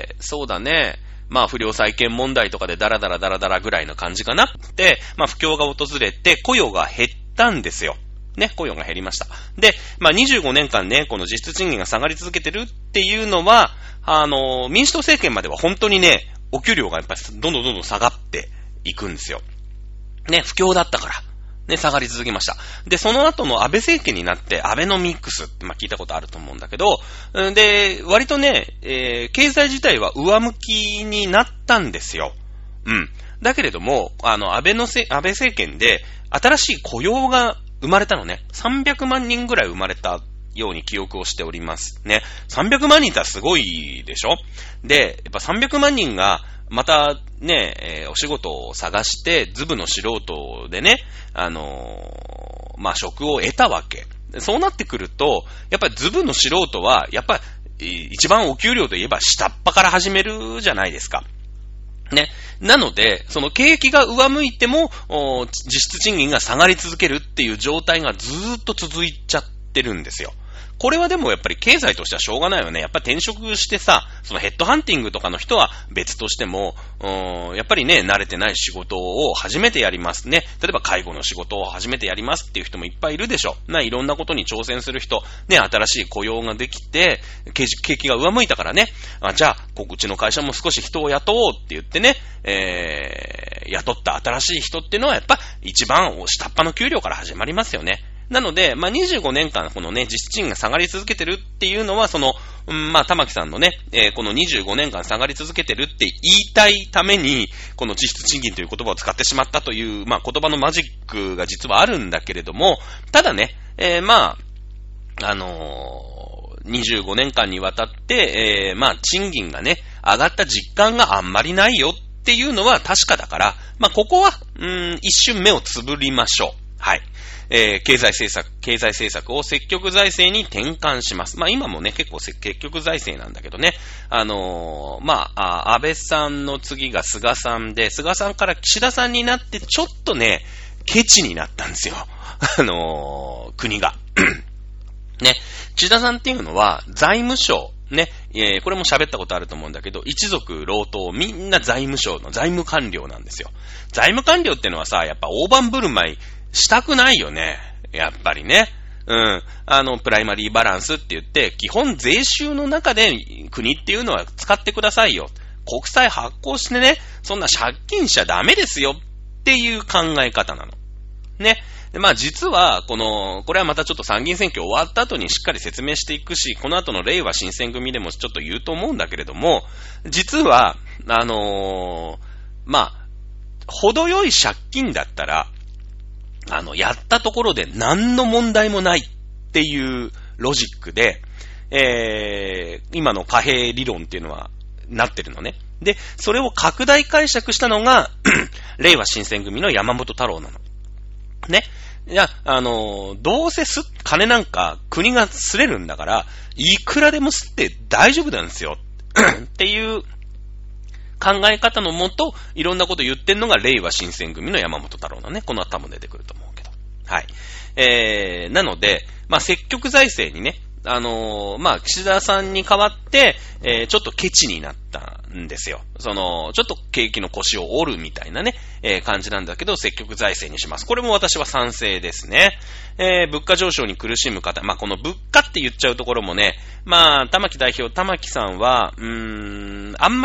そうだね。まあ不良債権問題とかでダラダラダラダラぐらいの感じかな。で、まあ不況が訪れて雇用が減ったんですよ。ね、雇用が減りました。で、まあにじゅうごねんかんね、この実質賃金が下がり続けてるっていうのは、あの、民主党政権までは本当にね、お給料がやっぱりどんどんどんどん下がっていくんですよ。ね、不況だったから。ね、下がり続けました。で、その後の安倍政権になって、アベノミクスって、まあ、聞いたことあると思うんだけど、で、割とね、えー、経済自体は上向きになったんですよ。うん。だけれども、あの、安倍のせ、安倍政権で、新しい雇用が生まれたのね。さんびゃくまんにんぐらい生まれたように記憶をしておりますね。さんびゃくまんにんってすごいでしょ？で、やっぱさんびゃくまんにんがまたね、えー、お仕事を探してズブの素人でね、あのー、まあ、職を得たわけ。そうなってくると、やっぱりズブの素人はやっぱり一番お給料といえば下っ端から始めるじゃないですか。ね。なので、その景気が上向いても、実質賃金が下がり続けるっていう状態がずーっと続いちゃってるんですよ。これはでもやっぱり経済としてはしょうがないよね。やっぱり転職してさ、そのヘッドハンティングとかの人は別としても、やっぱりね、慣れてない仕事を初めてやりますね。例えば介護の仕事を初めてやりますっていう人もいっぱいいるでしょ。な、いろんなことに挑戦する人、ね、新しい雇用ができて、景気が上向いたからね、あ、じゃあ、うちの会社も少し人を雇おうって言ってね、えー、雇った新しい人っていうのはやっぱ一番下っ端の給料から始まりますよね。なので、まあ、にじゅうごねんかんこのね、実質賃金が下がり続けてるっていうのは、その、うん、まあ、玉木さんのね、えー、このにじゅうごねんかん下がり続けてるって言いたいために、この実質賃金という言葉を使ってしまったという、まあ、言葉のマジックが実はあるんだけれども、ただね、えー、まあ、あのー、にじゅうごねんかんにわたって、えー、まあ、賃金がね、上がった実感があんまりないよっていうのは確かだから、まあ、ここは、うーん、一瞬目をつぶりましょう。はい。えー、経済政策、経済政策を積極財政に転換します。まあ今もね、結構積極財政なんだけどね。あのー、まあ、安倍さんの次が菅さんで、菅さんから岸田さんになって、ちょっとね、ケチになったんですよ。あのー、国が。ね、岸田さんっていうのは、財務省、ね、えー、これも喋ったことあると思うんだけど、一族老頭、みんな財務省の財務官僚なんですよ。財務官僚っていうのはさ、やっぱ大盤振る舞い、したくないよね。やっぱりね。うん。あの、プライマリーバランスって言って、基本税収の中で国っていうのは使ってくださいよ。国債発行してね、そんな借金しちゃダメですよっていう考え方なの。ね。まあ実は、この、これはまたちょっと参議院選挙終わった後にしっかり説明していくし、この後の令和新選組でもちょっと言うと思うんだけれども、実は、あのー、まあ、程よい借金だったら、あの、やったところで何の問題もないっていうロジックで、えー、今の貨幣理論っていうのはなってるのね。で、それを拡大解釈したのが、令和新選組の山本太郎なの。ね。いや、あの、どうせす、金なんか国がすれるんだから、いくらでもすって大丈夫なんですよ。っていう考え方のもと、いろんなこと言ってんのが、令和新選組の山本太郎のね、この後も出てくると思うけど。はい。えー、なので、まあ、積極財政にね、あのー、まあ、岸田さんに代わって、えー、ちょっとケチになったんですよ。その、ちょっと景気の腰を折るみたいなね、えー、感じなんだけど、積極財政にします。これも私は賛成ですね。えー、物価上昇に苦しむ方、まあ、この物価って言っちゃうところもね、まあ、玉木代表、玉木さんは、うーん、あんまり、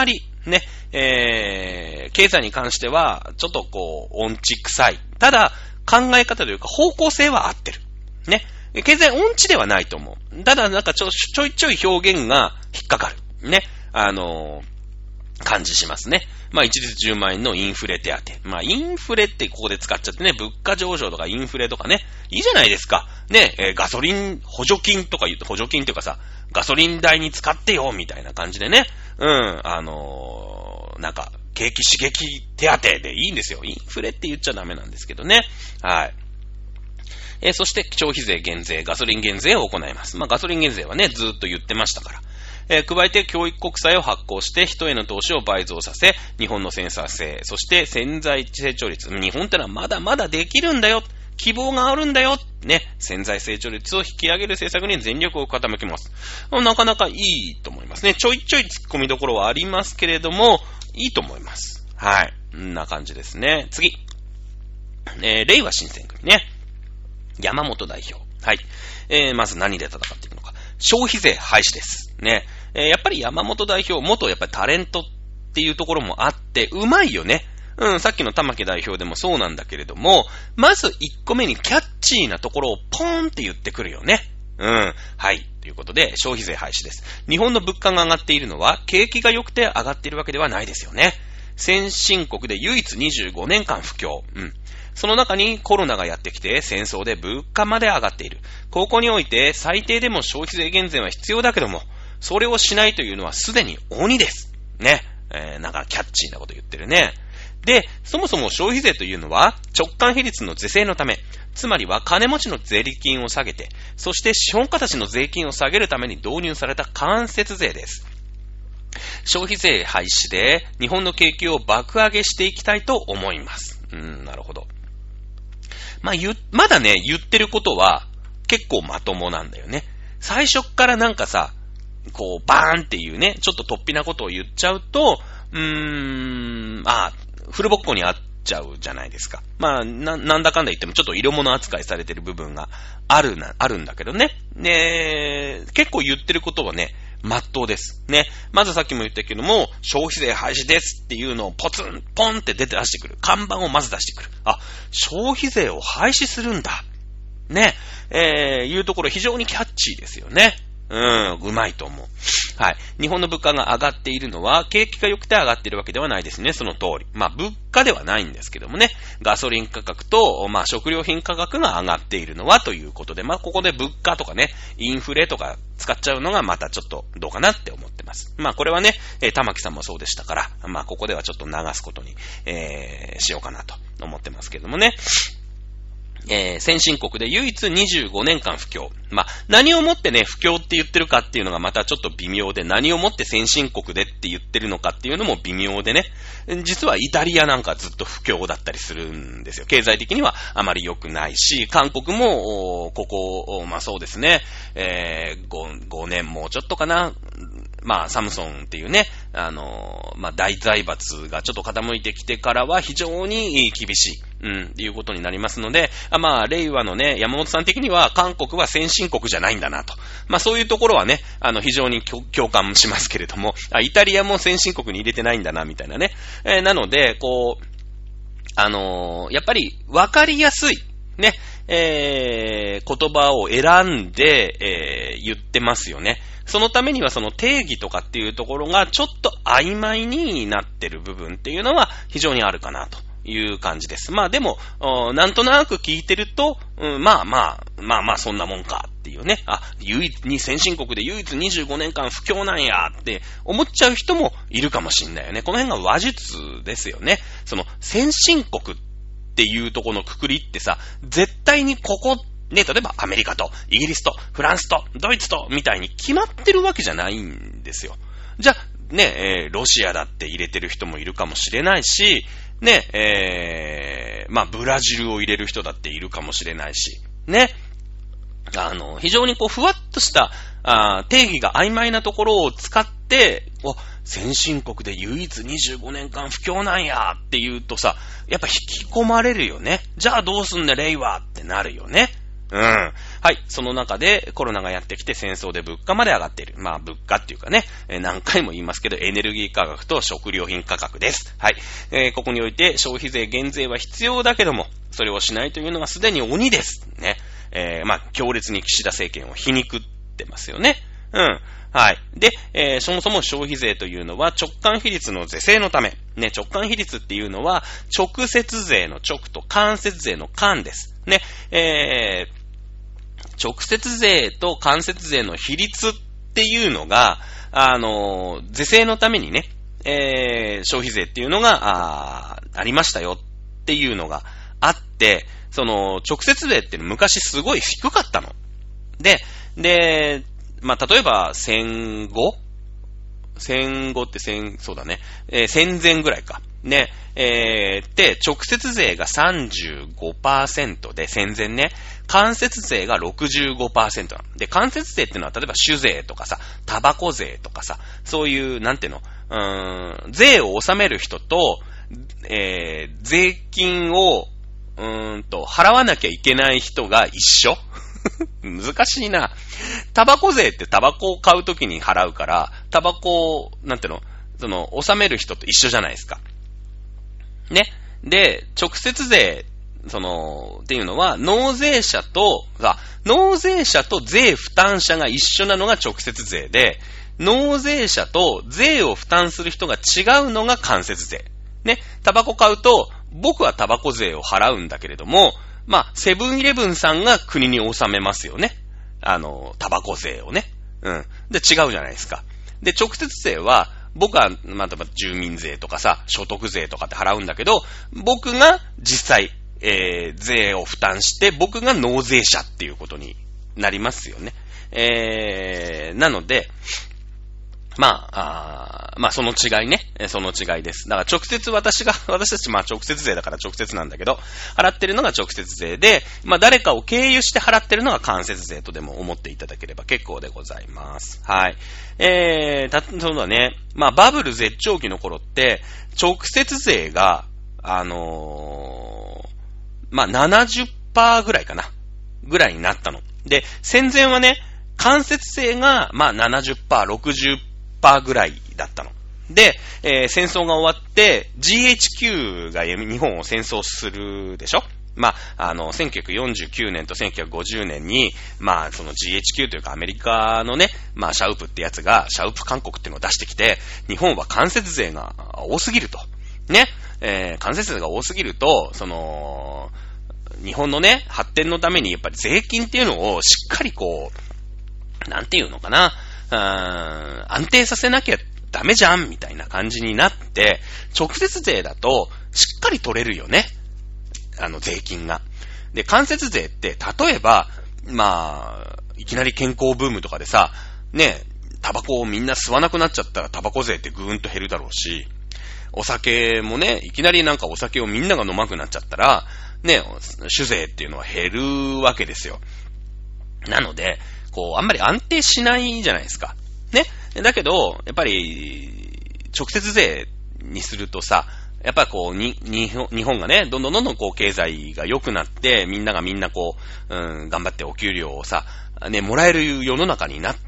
ね、えー、経済に関しては、ちょっとこう、音痴臭い。ただ、考え方というか方向性は合ってる。ね。経済音痴ではないと思う。ただ、なんかちょ、ちょいちょい表現が引っかかる。ね。あのー、感じしますね。まあ、一律じゅうまん円のインフレ手当。まあ、インフレってここで使っちゃってね、物価上昇とかインフレとかね、いいじゃないですか。ね、えー、ガソリン補助金とか言って、補助金っていうかさ、ガソリン代に使ってよ、みたいな感じでね。うん、あのー、なんか、景気刺激手当でいいんですよ。インフレって言っちゃダメなんですけどね。はい。えー、そして、消費税減税、ガソリン減税を行います。まあ、ガソリン減税はね、ずーっと言ってましたから。えー、加えて教育国債を発行して人への投資を倍増させ、日本のセンサー性、そして潜在成長率。日本ってのはまだまだできるんだよ。希望があるんだよ。ね。潜在成長率を引き上げる政策に全力を傾けます。なかなかいいと思いますね。ちょいちょい突っ込みどころはありますけれども、いいと思います。はい。こんな感じですね。次。えー、令和新選組ね。山本代表。はい。えー、まず何で戦っていくのか。消費税廃止です。ね。えー、やっぱり山本代表、元やっぱりタレントっていうところもあって、うまいよね。うん、さっきの玉木代表でもそうなんだけれども、まずいっこめにキャッチーなところをポーンって言ってくるよね。うん。はい。ということで、消費税廃止です。日本の物価が上がっているのは、景気が良くて上がっているわけではないですよね。先進国で唯一にじゅうごねんかん不況。うん。その中にコロナがやってきて戦争で物価まで上がっている。ここにおいて最低でも消費税減税は必要だけども、それをしないというのはすでに鬼です。ね。えー、なんかキャッチーなこと言ってるね。で、そもそも消費税というのは直間比率の是正のため、つまりは金持ちの税金を下げて、そして資本家たちの税金を下げるために導入された間接税です。消費税廃止で日本の景気を爆上げしていきたいと思います。うーん、なるほど。まあ、ゆ、まだね、言ってることは結構まともなんだよね。最初っからなんかさ、こう、バーンっていうね、ちょっと突飛なことを言っちゃうと、うーん、あ、フルボッコにあっちゃうじゃないですか。まあ、な、なんだかんだ言ってもちょっと色物扱いされてる部分があるな、あるんだけどね。ね、結構言ってることはね、まっとうです。ね。まずさっきも言ったけども、消費税廃止ですっていうのをポツン、ポンって出て出してくる。看板をまず出してくる。あ、消費税を廃止するんだ。ね。えー、いうところ非常にキャッチーですよね。うん、うまいと思う。はい。日本の物価が上がっているのは、景気が良くて上がっているわけではないですね。その通り。まあ、物価ではないんですけどもね。ガソリン価格と、まあ、食料品価格が上がっているのはということで、まあ、ここで物価とかね、インフレとか使っちゃうのがまたちょっとどうかなって思ってます。まあ、これはね、えー、玉木さんもそうでしたから、まあ、ここではちょっと流すことに、えー、しようかなと思ってますけどもね。えー、先進国で唯一にじゅうごねんかん不況。まあ、何をもってね、不況って言ってるかっていうのがまたちょっと微妙で、何をもって先進国でって言ってるのかっていうのも微妙でね。実はイタリアなんかずっと不況だったりするんですよ。経済的にはあまり良くないし、韓国も、ここ、まあそうですね、えー、5、ごねんもうちょっとかな。まあ、サムソンっていうね、あの、まあ、大財閥がちょっと傾いてきてからは非常に厳しい、うん、っていうことになりますので、あまあ、令和のね、山本さん的には韓国は先進国じゃないんだなと。まあ、そういうところはね、あの、非常に共感しますけれども、あ、イタリアも先進国に入れてないんだな、みたいなね。えー、なので、こう、あのー、やっぱり分かりやすい、ね、えー、言葉を選んで、えー、言ってますよね。そのためにはその定義とかっていうところがちょっと曖昧になってる部分っていうのは非常にあるかなという感じです。まあでも、なんとなく聞いてると、うん、まあまあ、まあまあそんなもんかっていうね。あ、唯一に先進国で唯一にじゅうごねんかん不況なんやって思っちゃう人もいるかもしんないよね。この辺が話術ですよね。その先進国っていうところのくくりってさ、絶対にここね、例えばアメリカとイギリスとフランスとドイツとみたいに決まってるわけじゃないんですよ。じゃあね、えー、ロシアだって入れてる人もいるかもしれないし、ね、えー、まあブラジルを入れる人だっているかもしれないし、ね、あの非常にこうふわっとしたあ定義が曖昧なところを使って、お先進国で唯一にじゅうごねんかん不況なんやって言うとさ、やっぱ引き込まれるよね。じゃあどうすんね令和ってなるよね。 うん。はい。その中でコロナがやってきて戦争で物価まで上がっている。まあ物価っていうかね、えー、何回も言いますけどエネルギー価格と食料品価格です。はい。えー、ここにおいて消費税減税は必要だけども、それをしないというのはすでに鬼です。ね。えー、まあ強烈に岸田政権を皮肉ってますよね。うん。はい。で、えー、そもそも消費税というのは直間比率の是正のため。ね、直間比率っていうのは直接税の直と間接税の間です。ね、えー、直接税と間接税の比率っていうのが、あの、是正のためにね、えー、消費税っていうのが、あ、ありましたよっていうのがあって、その、直接税って昔すごい低かったの。で、で、まあ、例えば、戦後戦後って戦、そうだね、えー、戦前ぐらいか。ね、えー、で、直接税が さんじゅうごパーセント で、戦前ね、間接税が ろくじゅうごパーセント なの。で、間接税っていうのは、例えば酒税とかさ、タバコ税とかさ、そういう、なんていうの、うーん、税を納める人と、えー、税金を、うーんと、払わなきゃいけない人が一緒難しいな。タバコ税ってタバコを買うときに払うから、タバコを、なんていうの、その、納める人と一緒じゃないですか。ね。で、直接税、その、っていうのは、納税者と、あ、納税者と税負担者が一緒なのが直接税で、納税者と税を負担する人が違うのが間接税。ね。タバコ買うと、僕はタバコ税を払うんだけれども、まあ、セブンイレブンさんが国に納めますよね。あの、タバコ税をね。うん。で、違うじゃないですか。で、直接税は、僕は、まあ、住民税とかさ、所得税とかって払うんだけど、僕が実際、えー、税を負担して、僕が納税者っていうことになりますよね。えー、なので、まあ、あまあその違いね。その違いです。だから直接私が、私たちまあ直接税だから直接なんだけど、払ってるのが直接税で、まあ誰かを経由して払ってるのが間接税とでも思っていただければ結構でございます。はい。えー、た、そうだね。まあバブル絶頂期の頃って、直接税が、あのー、まあ ななじゅっパーセント ぐらいかな。ぐらいになったの。で、戦前はね、間接税が、まあ ななじゅっパーセント、ろくじゅっパーセント ぐらいだったの。で、えー、戦争が終わって、ジーエイチキュー が日本を戦争するでしょ。まあ、あの、せんきゅうひゃくよんじゅうきゅうねんとせんきゅうひゃくごじゅうねんに、まあ、その ジーエイチキュー というかアメリカのね、まあ、シャウプってやつが、シャウプ勧告っていうのを出してきて、日本は間接税が多すぎると。ね。えー、間接税が多すぎると、その、日本のね、発展のためにやっぱり税金っていうのをしっかりこう、なんていうのかな、安定させなきゃダメじゃんみたいな感じになって、直接税だとしっかり取れるよね。あの税金が。で、間接税って例えば、まあ、いきなり健康ブームとかでさ、ね、タバコをみんな吸わなくなっちゃったらタバコ税ってぐーんと減るだろうし、お酒もね、いきなりなんかお酒をみんなが飲まなくなっちゃったら、ね、酒税っていうのは減るわけですよ。なので、こう、あんまり安定しないじゃないですか。ね。だけど、やっぱり、直接税にするとさ、やっぱりこう、に、に、日本がね、どんどんどんどんこう、経済が良くなって、みんながみんなこう、うん、頑張ってお給料をさ、ね、もらえる世の中になって、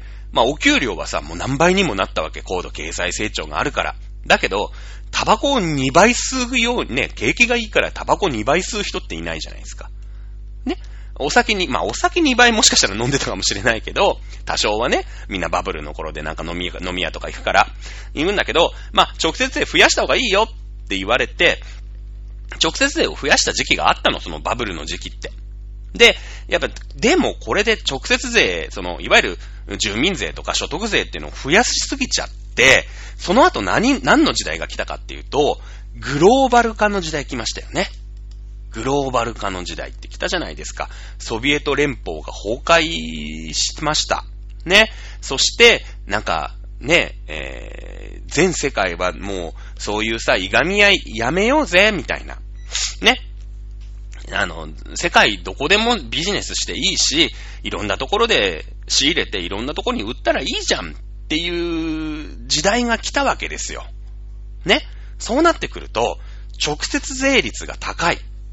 まあ、お給料はさ、もう何倍にもなったわけ。高度経済成長があるから。だけど、タバコをにばい吸うようにね、景気がいいからタバコにばい吸う人っていないじゃないですか。ね。お酒に、まあお酒にばいもしかしたら飲んでたかもしれないけど、多少はね、みんなバブルの頃でなんか飲み、飲み屋とか行くから、言うんだけど、まあ直接税増やした方がいいよって言われて、直接税を増やした時期があったの、そのバブルの時期って。で、やっぱ、でもこれで直接税、その、いわゆる住民税とか所得税っていうのを増やしすぎちゃって、その後何、何の時代が来たかっていうと、グローバル化の時代来ましたよね。グローバル化の時代って来たじゃないですか。ソビエト連邦が崩壊しました。ね。そして、なんか、ね、えー、全世界はもう、そういうさ、いがみ合いやめようぜ、みたいな。ね。あの、世界どこでもビジネスしていいし、いろんなところで仕入れていろんなところに売ったらいいじゃんっていう時代が来たわけですよ。ね。そうなってくると、直接税率が高い。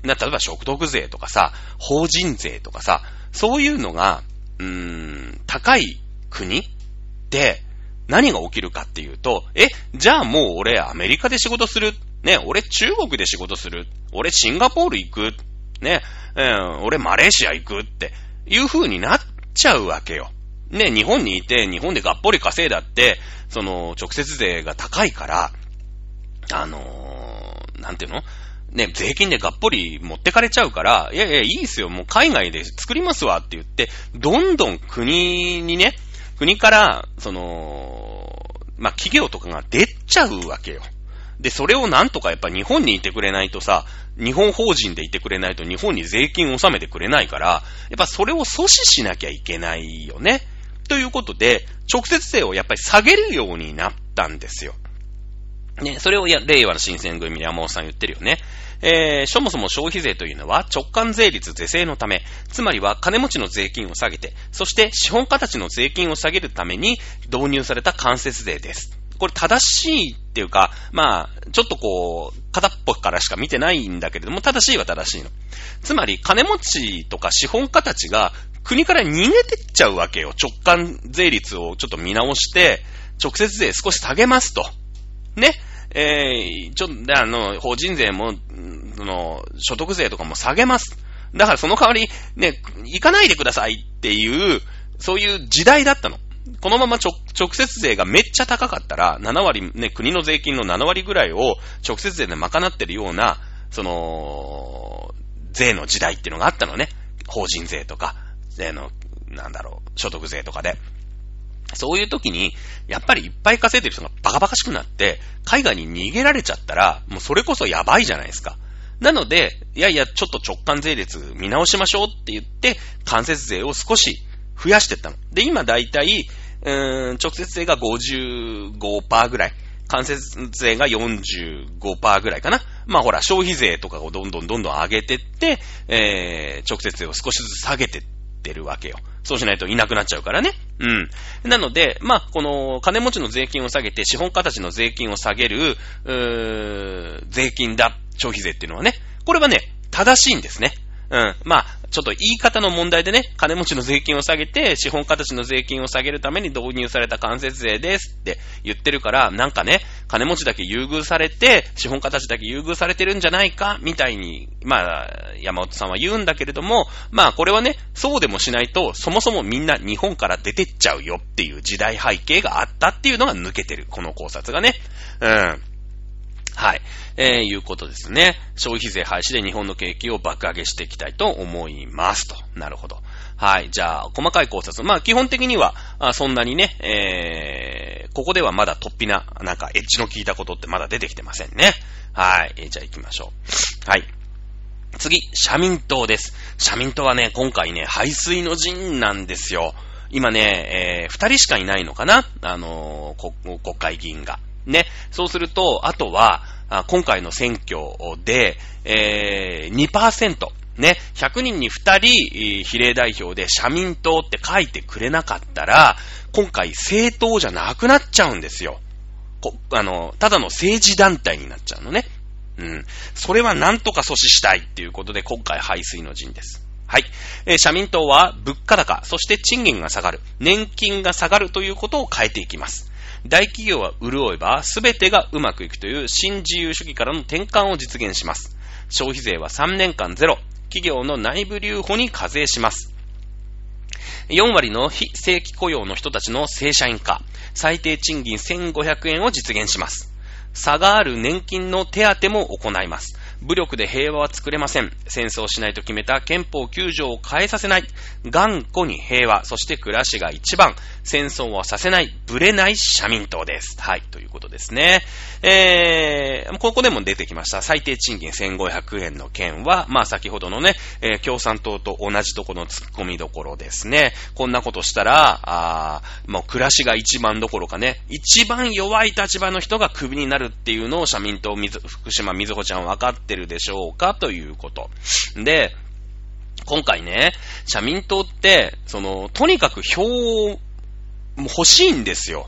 な、例えば所得税とかさ、法人税とかさ、そういうのが、うーん、高い国で何が起きるかっていうと、え、じゃあもう俺アメリカで仕事する。ね、俺中国で仕事する。俺シンガポール行く。ね、うん、俺マレーシア行くっていう風になっちゃうわけよ。ね、日本にいて、日本でがっぽり稼いだって、その、直接税が高いから、あのー、なんていうの？ね、税金でがっぽり持ってかれちゃうから、いやいや、いいっすよ、もう海外で作りますわって言って、どんどん国にね、国から、その、まあ、企業とかが出ちゃうわけよ。で、それをなんとかやっぱ日本にいてくれないとさ、日本法人でいてくれないと日本に税金を納めてくれないから、やっぱそれを阻止しなきゃいけないよね。ということで、直接税をやっぱり下げるようになったんですよ。ね、それをや、令和の新選組山本さん言ってるよね。えー、そもそも消費税というのは直間税率是正のため、つまりは金持ちの税金を下げて、そして資本家たちの税金を下げるために導入された間接税です。これ正しいっていうか、まあ、ちょっとこう、片っぽからしか見てないんだけれども、正しいは正しいの。つまり、金持ちとか資本家たちが国から逃げてっちゃうわけよ。直間税率をちょっと見直して、直接税少し下げますと。ね。えー、ちょっと、あの、法人税も、その、所得税とかも下げます。だからその代わり、ね、行かないでくださいっていう、そういう時代だったの。このまま直、直接税がめっちゃ高かったら、ななわり、ね、国の税金のななわりぐらいを直接税で賄ってるような、その、税の時代っていうのがあったのね。法人税とか、税の、なんだろう、所得税とかで。そういう時に、やっぱりいっぱい稼いでる人がバカバカしくなって、海外に逃げられちゃったら、もうそれこそやばいじゃないですか。なので、いやいや、ちょっと直間税率見直しましょうって言って、間接税を少し増やしていったの。で、今だいたい、うーん、直接税が ごじゅうごパーセント ぐらい。間接税が よんじゅうごパーセント ぐらいかな。まあほら、消費税とかをどんどんどんどん上げてって、えー、直接税を少しずつ下げてってるわけよ。そうしないといなくなっちゃうからね。うん。なので、まあ、この金持ちの税金を下げて資本家たちの税金を下げる、うー、税金だ、消費税っていうのはね、これはね、正しいんですね。うん。まあ、ちょっと言い方の問題でね、金持ちの税金を下げて、資本家たちの税金を下げるために導入された間接税ですって言ってるから、なんかね、金持ちだけ優遇されて、資本家たちだけ優遇されてるんじゃないか、みたいに、まあ、山本さんは言うんだけれども、まあ、これはね、そうでもしないと、そもそもみんな日本から出てっちゃうよっていう時代背景があったっていうのが抜けてる。この考察がね。うん。はい。えー、いうことですね。消費税廃止で日本の景気を爆上げしていきたいと思いますと。なるほど。はい。じゃあ、細かい考察。まあ、基本的には、あそんなにね、えー、ここではまだ突飛な、なんかエッジの効いたことってまだ出てきてませんね。はい。えー、じゃあ行きましょう。はい。次、社民党です。社民党はね、今回ね、背水の陣なんですよ。今ね、えー、二人しかいないのかな？あのー、国会議員が。ね。そうすると、あとは、今回の選挙で、えー、にパーセント。ね。ひゃくにんにふたり、比例代表で社民党って書いてくれなかったら、今回政党じゃなくなっちゃうんですよ。こあの、ただの政治団体になっちゃうのね。うん。それはなんとか阻止したいっていうことで、今回背水の陣です。はい。えー、社民党は物価高、そして賃金が下がる、年金が下がるということを変えていきます。大企業は潤えば全てがうまくいくという新自由主義からの転換を実現します。消費税はさんねんかんゼロ、企業の内部留保に課税します。よんわりの非正規雇用の人たちの正社員化、最低賃金せんごひゃくえんを実現します。差がある年金の手当も行います。武力で平和は作れません。戦争しないと決めた憲法きゅうじょうを変えさせない。頑固に平和、そして暮らしが一番。戦争はさせない、ぶれない社民党です。はい、ということですね。えー、ここでも出てきました。最低賃金せんごひゃくえんの件は、まあ先ほどのね、えー、共産党と同じところの突っ込みどころですね。こんなことしたら、あもう暮らしが一番どころかね、一番弱い立場の人がクビになるっていうのを社民党、福島みずほちゃん分かってるでしょうかということ。で、今回ね、社民党って、その、とにかく票を欲しいんですよ。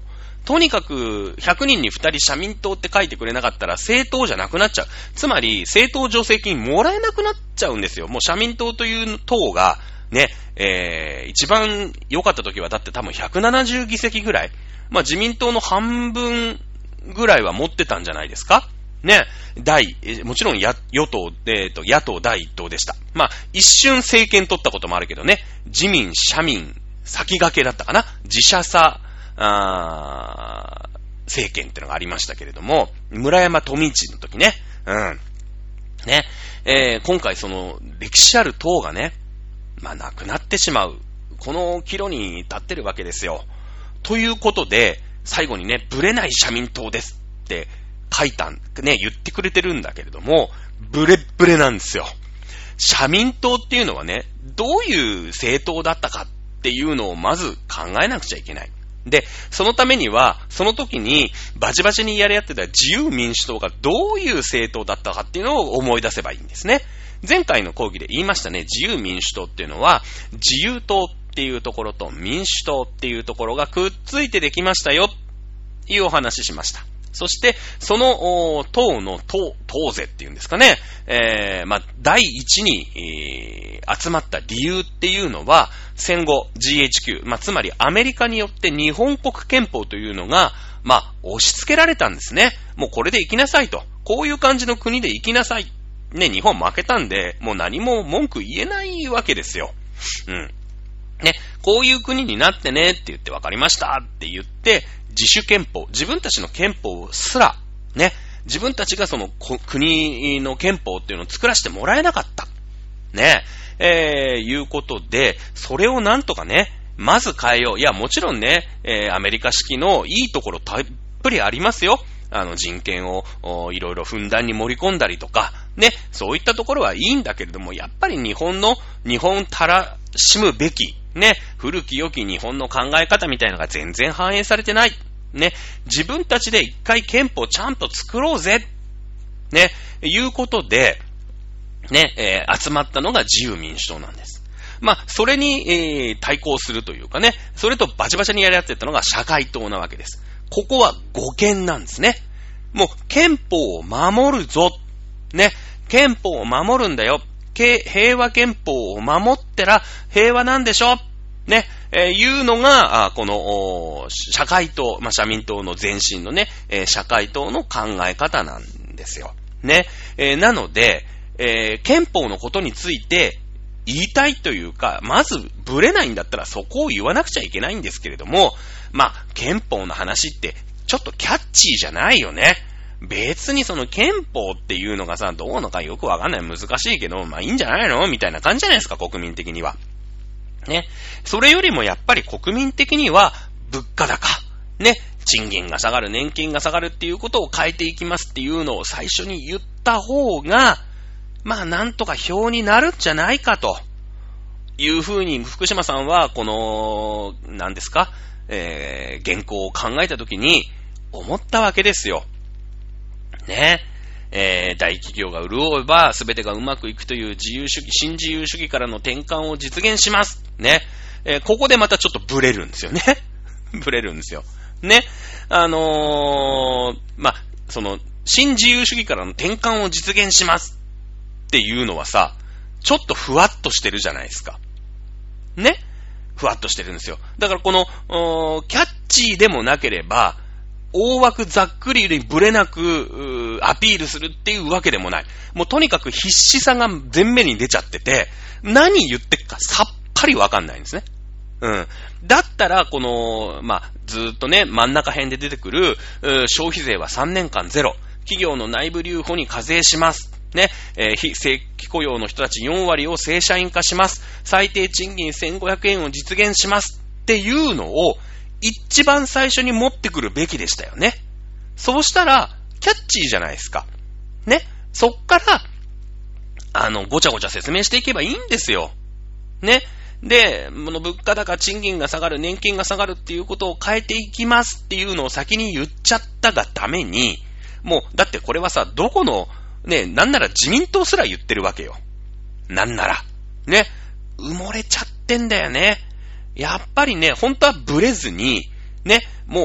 とにかくひゃくにんにふたり社民党って書いてくれなかったら政党じゃなくなっちゃう。つまり政党助成金もらえなくなっちゃうんですよ。もう社民党という党がね、えー、一番良かった時はだって多分ひゃくななじゅうぎせきぐらい。まあ自民党の半分ぐらいは持ってたんじゃないですかね。第、もちろんや与党、えっと、野党第一党でした。まあ一瞬政権取ったこともあるけどね。自民、社民、先駆けだったかな。自社さ、あ政権ってのがありましたけれども、村山富市の時ね。うん。ね。えー、今回その歴史ある党がね、まあなくなってしまう。この岐路に立ってるわけですよ。ということで、最後にね、ブレない社民党ですって書いたん、ね、言ってくれてるんだけれども、ブレッブレなんですよ。社民党っていうのはね、どういう政党だったかっていうのをまず考えなくちゃいけない。で、そのためには、その時にバチバチにやり合ってた自由民主党がどういう政党だったかっていうのを思い出せばいいんですね。前回の講義で言いましたね、自由民主党っていうのは、自由党っていうところと民主党っていうところがくっついてできましたよっていうお話ししました。そして、その党の党、党勢っていうんですかね、えー、まあ、第一に、えー、集まった理由っていうのは、戦後 ジーエイチキュー、まあ、つまりアメリカによって日本国憲法というのが、まあ、押し付けられたんですね。もうこれで生きなさいと。こういう感じの国で生きなさい。ね、日本負けたんで、もう何も文句言えないわけですよ。うん。ね、こういう国になってねって言って分かりましたって言って、自主憲法、自分たちの憲法すら、ね、自分たちがその国の憲法っていうのを作らせてもらえなかった。ね、えー、いうことで、それをなんとかね、まず変えよう。いや、もちろんね、えー、アメリカ式のいいところたっぷりありますよ。あの、人権をいろいろふんだんに盛り込んだりとか、ね、そういったところはいいんだけれども、やっぱり日本の、日本たらしむべき、ね、古き良き日本の考え方みたいなのが全然反映されてない。ね、自分たちで一回憲法ちゃんと作ろうぜ。ね、いうことで、ね、えー、集まったのが自由民主党なんです。まあ、それに、えー、対抗するというかね、それとバチバチにやり合ってたのが社会党なわけです。ここは護憲なんですね。もう憲法を守るぞ。ね、憲法を守るんだよ。平和憲法を守ってら平和なんでしょ。ね、えー、いうのが、あこの、社会党、まあ、社民党の前身のね、えー、社会党の考え方なんですよ。ね、えー、なので、えー、憲法のことについて言いたいというか、まずブレないんだったらそこを言わなくちゃいけないんですけれども、まあ、憲法の話ってちょっとキャッチーじゃないよね。別にその憲法っていうのがさ、どうのかよくわかんない。難しいけど、まあいいんじゃないのみたいな感じじゃないですか、国民的には。ね。それよりもやっぱり国民的には、物価高。ね。賃金が下がる、年金が下がるっていうことを変えていきますっていうのを最初に言った方が、まあなんとか票になるんじゃないかというふうに福島さんはこの、何ですか、えー、原稿を考えたときに思ったわけですよ。ね。えー、大企業が潤えば全てがうまくいくという自由主義、新自由主義からの転換を実現します。ね。えー、ここでまたちょっとブレるんですよね。ブレるんですよ。ね。あのー、まあ、その、新自由主義からの転換を実現しますっていうのはさ、ちょっとふわっとしてるじゃないですか。ね。ふわっとしてるんですよ。だからこの、キャッチーでもなければ、大枠ざっくりにブレなくアピールするっていうわけでもない。もうとにかく必死さが前面に出ちゃってて、何言ってっかさっぱりわかんないんですね。うん。だったら、この、まあ、ずーっとね、真ん中辺で出てくる、消費税はさんねんかんゼロ。企業の内部留保に課税します。ね、えー、非正規雇用の人たちよんわりを正社員化します。最低賃金せんごひゃくえんを実現しますっていうのを一番最初に持ってくるべきでしたよね。そうしたらキャッチーじゃないですか。ね、そっからあのごちゃごちゃ説明していけばいいんですよ。ね。で、この物価高、賃金が下がる、年金が下がるっていうことを変えていきますっていうのを先に言っちゃったがために、もうだってこれはさ、どこのね、なんなら自民党すら言ってるわけよ。なんなら。ね。埋もれちゃってんだよね。やっぱりね、本当はブレずに、ね、も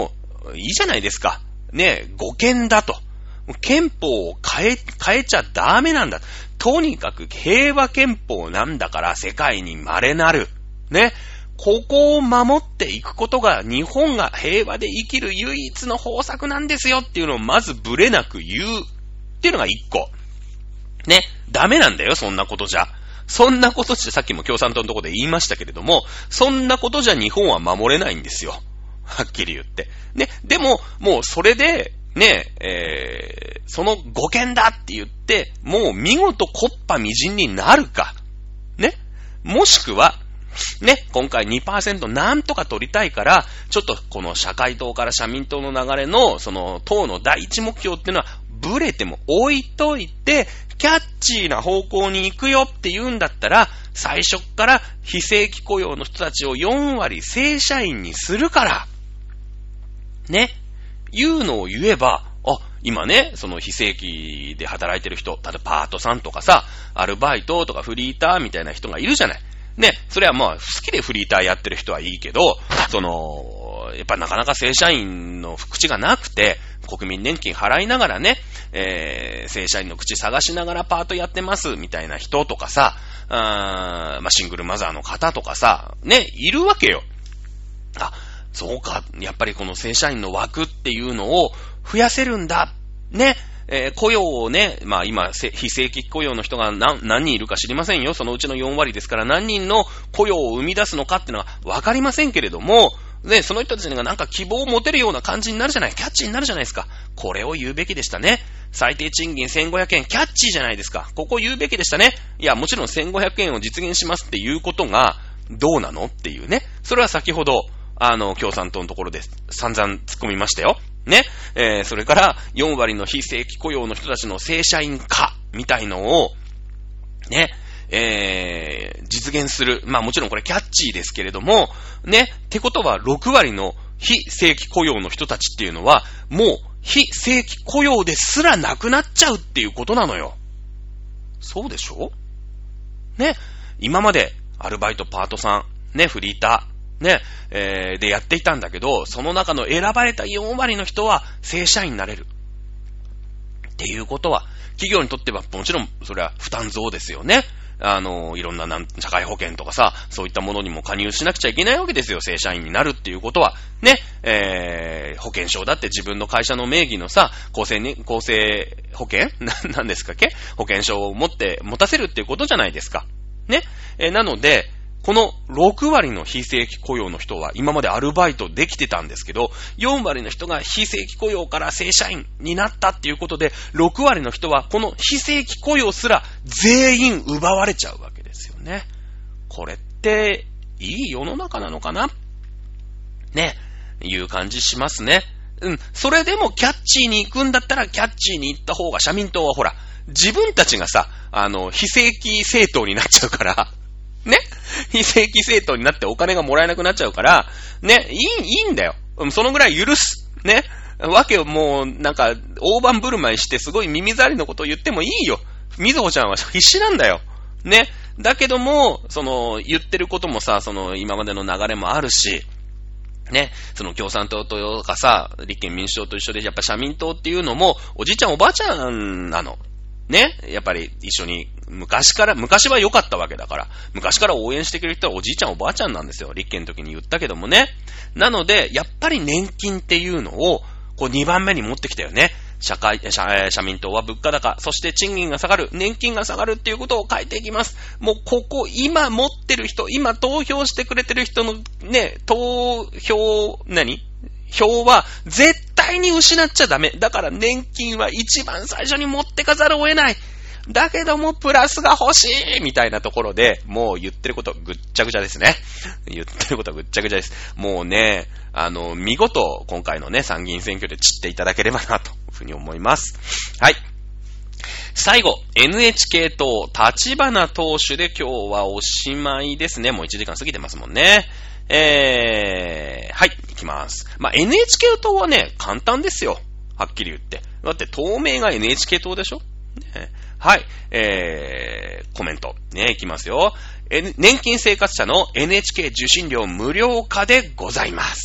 いいじゃないですか。ね、護憲だと。憲法を変え、変えちゃダメなんだ。とにかく平和憲法なんだから世界に稀なる。ね。ここを守っていくことが日本が平和で生きる唯一の方策なんですよっていうのをまずブレなく言うっていうのが一個。ね。ダメなんだよ、そんなことじゃ。そんなことじゃさっきも共産党のところで言いましたけれども、そんなことじゃ日本は守れないんですよ。はっきり言って。ね。でも、もうそれで、ねえ、えー、その護憲だって言って、もう見事木っ端みじんになるか。ね。もしくは、ね、今回 にパーセント なんとか取りたいから、ちょっとこの社会党から社民党の流れの、その党の第一目標っていうのは、ブレても置いといて、キャッチーな方向に行くよって言うんだったら、最初から非正規雇用の人たちをよんわり正社員にするから、ね、いうのを言えば、あ、今ね、その非正規で働いてる人、例えばパートさんとかさ、アルバイトとかフリーターみたいな人がいるじゃない。ね、それはまあ、好きでフリーターやってる人はいいけど、その、やっぱなかなか正社員の口がなくて、国民年金払いながらね、えー、正社員の口探しながらパートやってますみたいな人とかさ、あー、まあ、シングルマザーの方とかさ、ね、いるわけよ。あ、そうか、やっぱりこの正社員の枠っていうのを増やせるんだ。ね。えー、雇用をね、まあ今、非正規雇用の人が 何, 何人いるか知りませんよ。そのうちのよんわりですから何人の雇用を生み出すのかっていうのはわかりませんけれども、ね、その人たちがなんか希望を持てるような感じになるじゃない、キャッチーになるじゃないですか。これを言うべきでしたね。最低賃金せんごひゃくえん、キャッチーじゃないですか。ここ言うべきでしたね。いや、もちろんせんごひゃくえんを実現しますっていうことがどうなのっていうね。それは先ほど、あの、共産党のところで散々突っ込みましたよ。ね。えー、それからよんわりの非正規雇用の人たちの正社員化みたいのを、ね、えー、実現する。まあもちろんこれキャッチーですけれども、ね。ってことはろくわりの非正規雇用の人たちっていうのは、もう非正規雇用ですらなくなっちゃうっていうことなのよ。そうでしょ？ね。今までアルバイトパートさん、ね、フリーター、ね、えー、でやっていたんだけど、その中の選ばれたよんわりの人は正社員になれる。っていうことは、企業にとってはもちろんそれは負担増ですよね。あの、いろんななん社会保険とかさ、そういったものにも加入しなくちゃいけないわけですよ。正社員になるっていうことは。ね、えー、保険証だって自分の会社の名義のさ、厚生に、厚生保険な、なんですかっけ保険証を持って、持たせるっていうことじゃないですか。ね。えー、なので、このろくわりの非正規雇用の人は今までアルバイトできてたんですけど、よんわりの人が非正規雇用から正社員になったっていうことで、ろくわりの人はこの非正規雇用すら全員奪われちゃうわけですよね。これっていい世の中なのかなね、いう感じしますね。うん、それでもキャッチーに行くんだったらキャッチーに行った方が、社民党はほら、自分たちがさ、あの、非正規政党になっちゃうから、ね、非正規政党になってお金がもらえなくなっちゃうから、ね、いい、いいんだよ。そのぐらい許す。ね。わけをもう、なんか、大盤振る舞いしてすごい耳障りのことを言ってもいいよ。みずほちゃんは必死なんだよ。ね。だけども、その、言ってることもさ、その、今までの流れもあるし、ね。その共産党とかさ、立憲民主党と一緒で、やっぱ社民党っていうのも、おじいちゃんおばあちゃんなの。ね。やっぱり一緒に、昔から、昔は良かったわけだから、昔から応援してくれる人はおじいちゃんおばあちゃんなんですよ。立憲の時に言ったけどもね。なので、やっぱり年金っていうのを、こうにばんめに持ってきたよね。社会、社、社民党は物価高、そして賃金が下がる、年金が下がるっていうことを変えていきます。もうここ、今持ってる人、今投票してくれてる人のね、投票、何票は絶対に失っちゃダメ。だから年金は一番最初に持ってかざるを得ない。だけどもプラスが欲しいみたいなところで、もう言ってることぐっちゃぐちゃですね。言ってることぐっちゃぐちゃです。もうね、あの、見事今回のね、参議院選挙で散っていただければなというふうに思います。はい。最後、エヌエイチケー 党、立花党首で今日はおしまいですね。もういちじかん過ぎてますもんね。えー、はい、いきます。まあ、エヌエイチケー 党はね、簡単ですよ。はっきり言って。だって党名が エヌエイチケー 党でしょ、ね、はい、えー、コメント。ね、いきますよ。N、年金生活者の エヌエイチケー 受信料無料化でございます。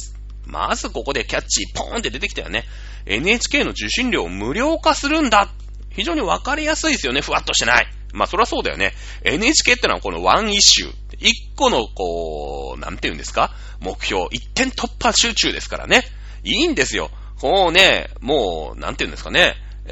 まずここでキャッチポーンって出てきたよね。エヌエイチケー の受信料を無料化するんだ。非常にわかりやすいですよね。ふわっとしてない。まあそりゃそうだよね。エヌエイチケー ってのはこのワンイッシュ。一個のこう、なんて言うんですか？目標。一点突破集中ですからね。いいんですよ。こうね、もう、なんて言うんですかね。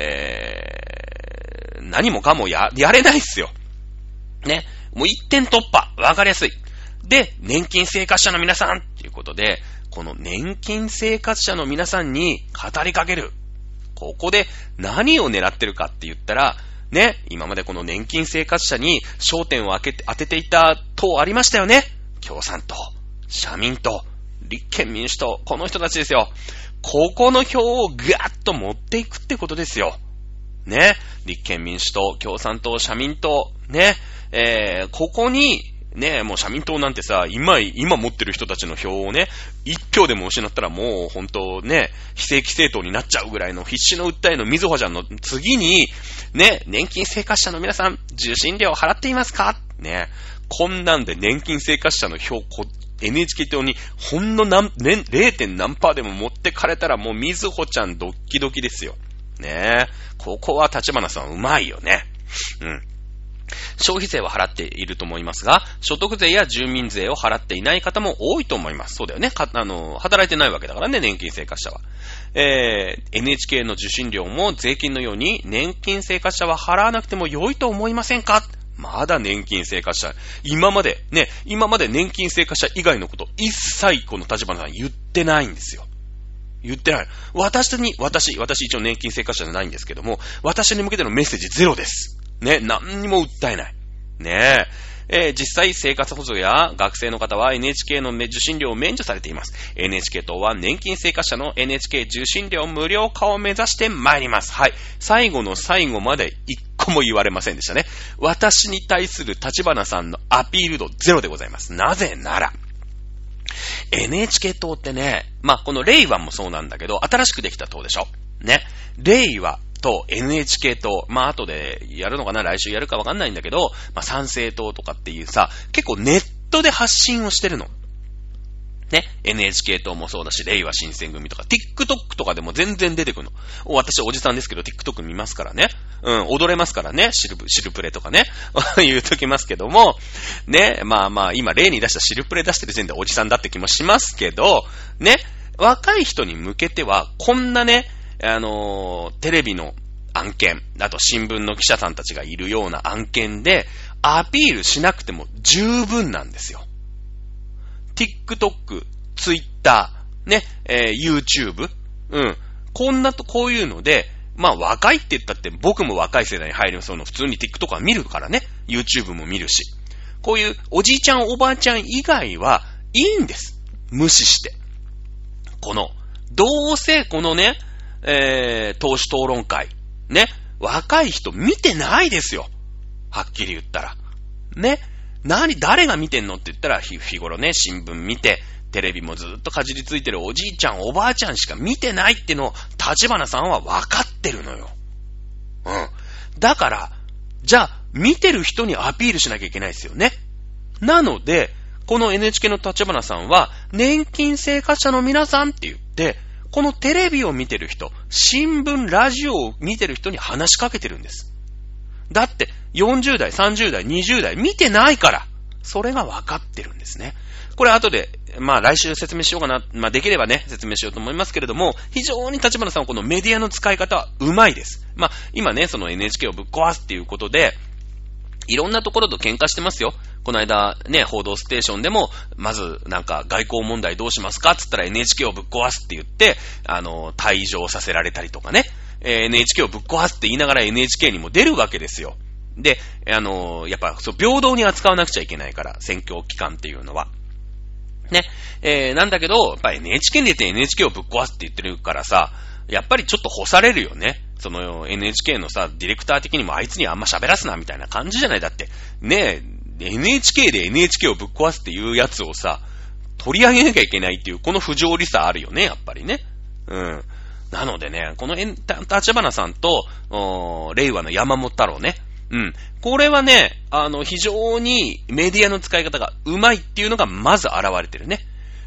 えー、何もかもや、やれないっすよ。ね。もう一点突破。わかりやすい。で、年金生活者の皆さんっていうことで、この年金生活者の皆さんに語りかける。ここで何を狙ってるかって言ったら、ね、今までこの年金生活者に焦点を当てて、当てていた党ありましたよね。共産党、社民党、立憲民主党、この人たちですよ。ここの票をガーッと持っていくってことですよ。ね、立憲民主党、共産党、社民党、ね、えー、ここに、ね、もう社民党なんてさ、今、今持ってる人たちの票をね、一票でも失ったらもう本当ね、非正規政党になっちゃうぐらいの必死の訴えのみずほちゃんの次に、ね、年金生活者の皆さん、受信料払っていますか？ね、こんなんで年金生活者の票、エヌエイチケー 党にほんの何、ね、れい. 点何パーでも持ってかれたらもうみずほちゃんドッキドキですよ。ね、ここは立花さんうまいよね。うん。消費税は払っていると思いますが、所得税や住民税を払っていない方も多いと思います。そうだよね。かあの働いてないわけだからね、年金生活者は。えー、エヌエイチケー の受信料も税金のように年金生活者は払わなくても良いと思いませんか？まだ年金生活者、今までね、今まで年金生活者以外のこと一切この立花さん言ってないんですよ。言ってない。私に、私、私一応年金生活者じゃないんですけども、私に向けてのメッセージゼロです。ね、何にも訴えない。ねえ。えー、実際生活保護や学生の方は エヌエイチケー の受信料を免除されています。エヌエイチケー 党は年金生活者の エヌエイチケー 受信料無料化を目指してまいります。はい。最後の最後まで一個も言われませんでしたね。私に対する立花さんのアピール度ゼロでございます。なぜなら、エヌエイチケー 党ってね、まあ、この令和もそうなんだけど、新しくできた党でしょ。ね。令和と エヌエイチケー 党、まあ、後でやるのかな、来週やるかわかんないんだけど、まあ、参政党とかっていうさ、結構ネットで発信をしてるの。ね。エヌエイチケー 党もそうだし、令和新選組とか、TikTok とかでも全然出てくるの。私おじさんですけど、TikTok 見ますからね。うん、踊れますからね。シル、シルプレとかね。言うときますけども、ね。まあまあ、今例に出したシルプレ出してる時点でおじさんだって気もしますけど、ね。若い人に向けては、こんなね、あのー、テレビの案件、あと新聞の記者さんたちがいるような案件で、アピールしなくても十分なんですよ。TikTok、Twitter、ね、えー、YouTube、うん。こんなと、こういうので、まあ若いって言ったって僕も若い世代に入るその普通に TikTok は見るからね。YouTube も見るし。こういうおじいちゃんおばあちゃん以外はいいんです。無視して。この、どうせこのね、えー、党首討論会、ね、若い人見てないですよ。はっきり言ったら。ね。何、誰が見てんのって言ったら、日頃ね、新聞見て、テレビもずっとかじりついてるおじいちゃん、おばあちゃんしか見てないってのを、立花さんは分かってるのよ。うん。だから、じゃあ、見てる人にアピールしなきゃいけないですよね。なので、この エヌエイチケー の立花さんは、年金生活者の皆さんって言って、このテレビを見てる人、新聞、ラジオを見てる人に話しかけてるんです。だって、よんじゅう代、さんじゅう代、にじゅう代見てないから、それが分かってるんですね。これ後で、まあ来週説明しようかな、まあできればね、説明しようと思いますけれども、非常に立花さんはこのメディアの使い方はうまいです。まあ今ね、その エヌエイチケー をぶっ壊すっていうことで、いろんなところと喧嘩してますよ。この間ね、報道ステーションでも、まずなんか外交問題どうしますかって言ったら エヌエイチケー をぶっ壊すって言って、あの、退場させられたりとかね、えー、エヌエイチケー をぶっ壊すって言いながら エヌエイチケー にも出るわけですよ。で、あの、やっぱそう平等に扱わなくちゃいけないから、選挙期間っていうのは。ね、えー、なんだけど、やっぱ エヌエイチケー に出て エヌエイチケー をぶっ壊すって言ってるからさ、やっぱりちょっと干されるよね。その エヌエイチケー のさ、ディレクター的にもあいつにあんま喋らすなみたいな感じじゃない。だって、ねえ、エヌエイチケー で エヌエイチケー をぶっ壊すっていうやつをさ、取り上げなきゃいけないっていう、この不条理さあるよね、やっぱりね。うん。なのでね、この立花さんと、令和の山本太郎ね。うん。これはね、あの、非常にメディアの使い方がうまいっていうのがまず現れてるね。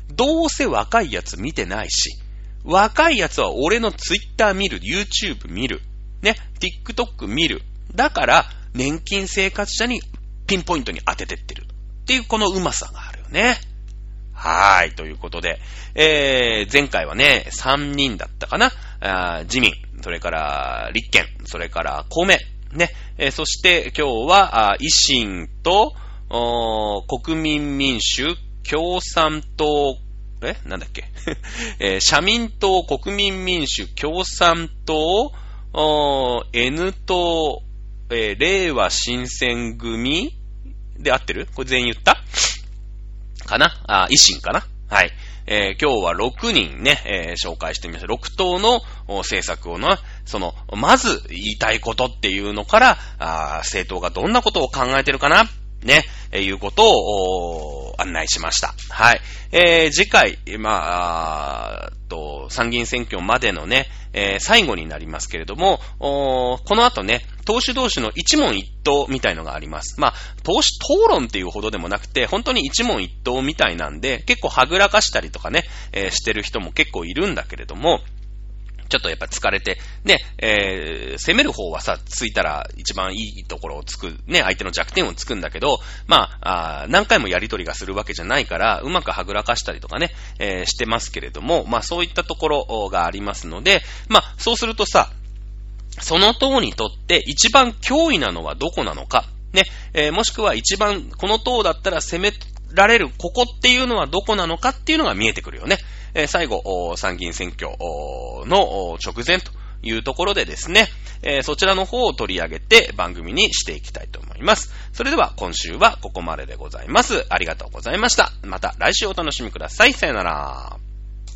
どうせ若いやつ見てないし、若いやつは俺のツイッター見る、YouTube 見る、ね、TikTok 見る。だから、年金生活者にピンポイントに当ててってる。っていうこのうまさがあるよね。はーい。ということで、えー、前回はね、さんにんだったかな。あ自民、それから立憲、それから公明、ね、えー、そして今日は、あ維新と、国民民主、共産党、えなんだっけ、えー、社民党、国民民主、共産党、N 党、えー、令和新選組で合ってる？これ全員言ったかなあ、維新かなはい。えー、今日はろくにんね、えー、紹介してみました。ろく党の政策をな、その、まず言いたいことっていうのから、あ政党がどんなことを考えてるかなね、えー、いうことを案内しました。はい。えー、次回、まあ、あと、参議院選挙までのね、えー、最後になりますけれども、この後ね、党首同士の一問一答みたいのがあります。まあ、党首討論っていうほどでもなくて、本当に一問一答みたいなんで、結構はぐらかしたりとかね、えー、してる人も結構いるんだけれども、ちょっとやっぱ疲れて、ね、えー、攻める方はさ、ついたら一番いいところをつく、ね、相手の弱点をつくんだけど、まあ、あ何回もやりとりがするわけじゃないから、うまくはぐらかしたりとかね、えー、してますけれども、まあそういったところがありますので、まあそうするとさ、その党にとって一番脅威なのはどこなのか、ね、えー、もしくは一番この党だったら攻められるここっていうのはどこなのかっていうのが見えてくるよね。えー、最後、参議院選挙の直前というところでですね、えー、そちらの方を取り上げて番組にしていきたいと思います。それでは今週はここまででございます。ありがとうございました。また来週お楽しみください。さよなら。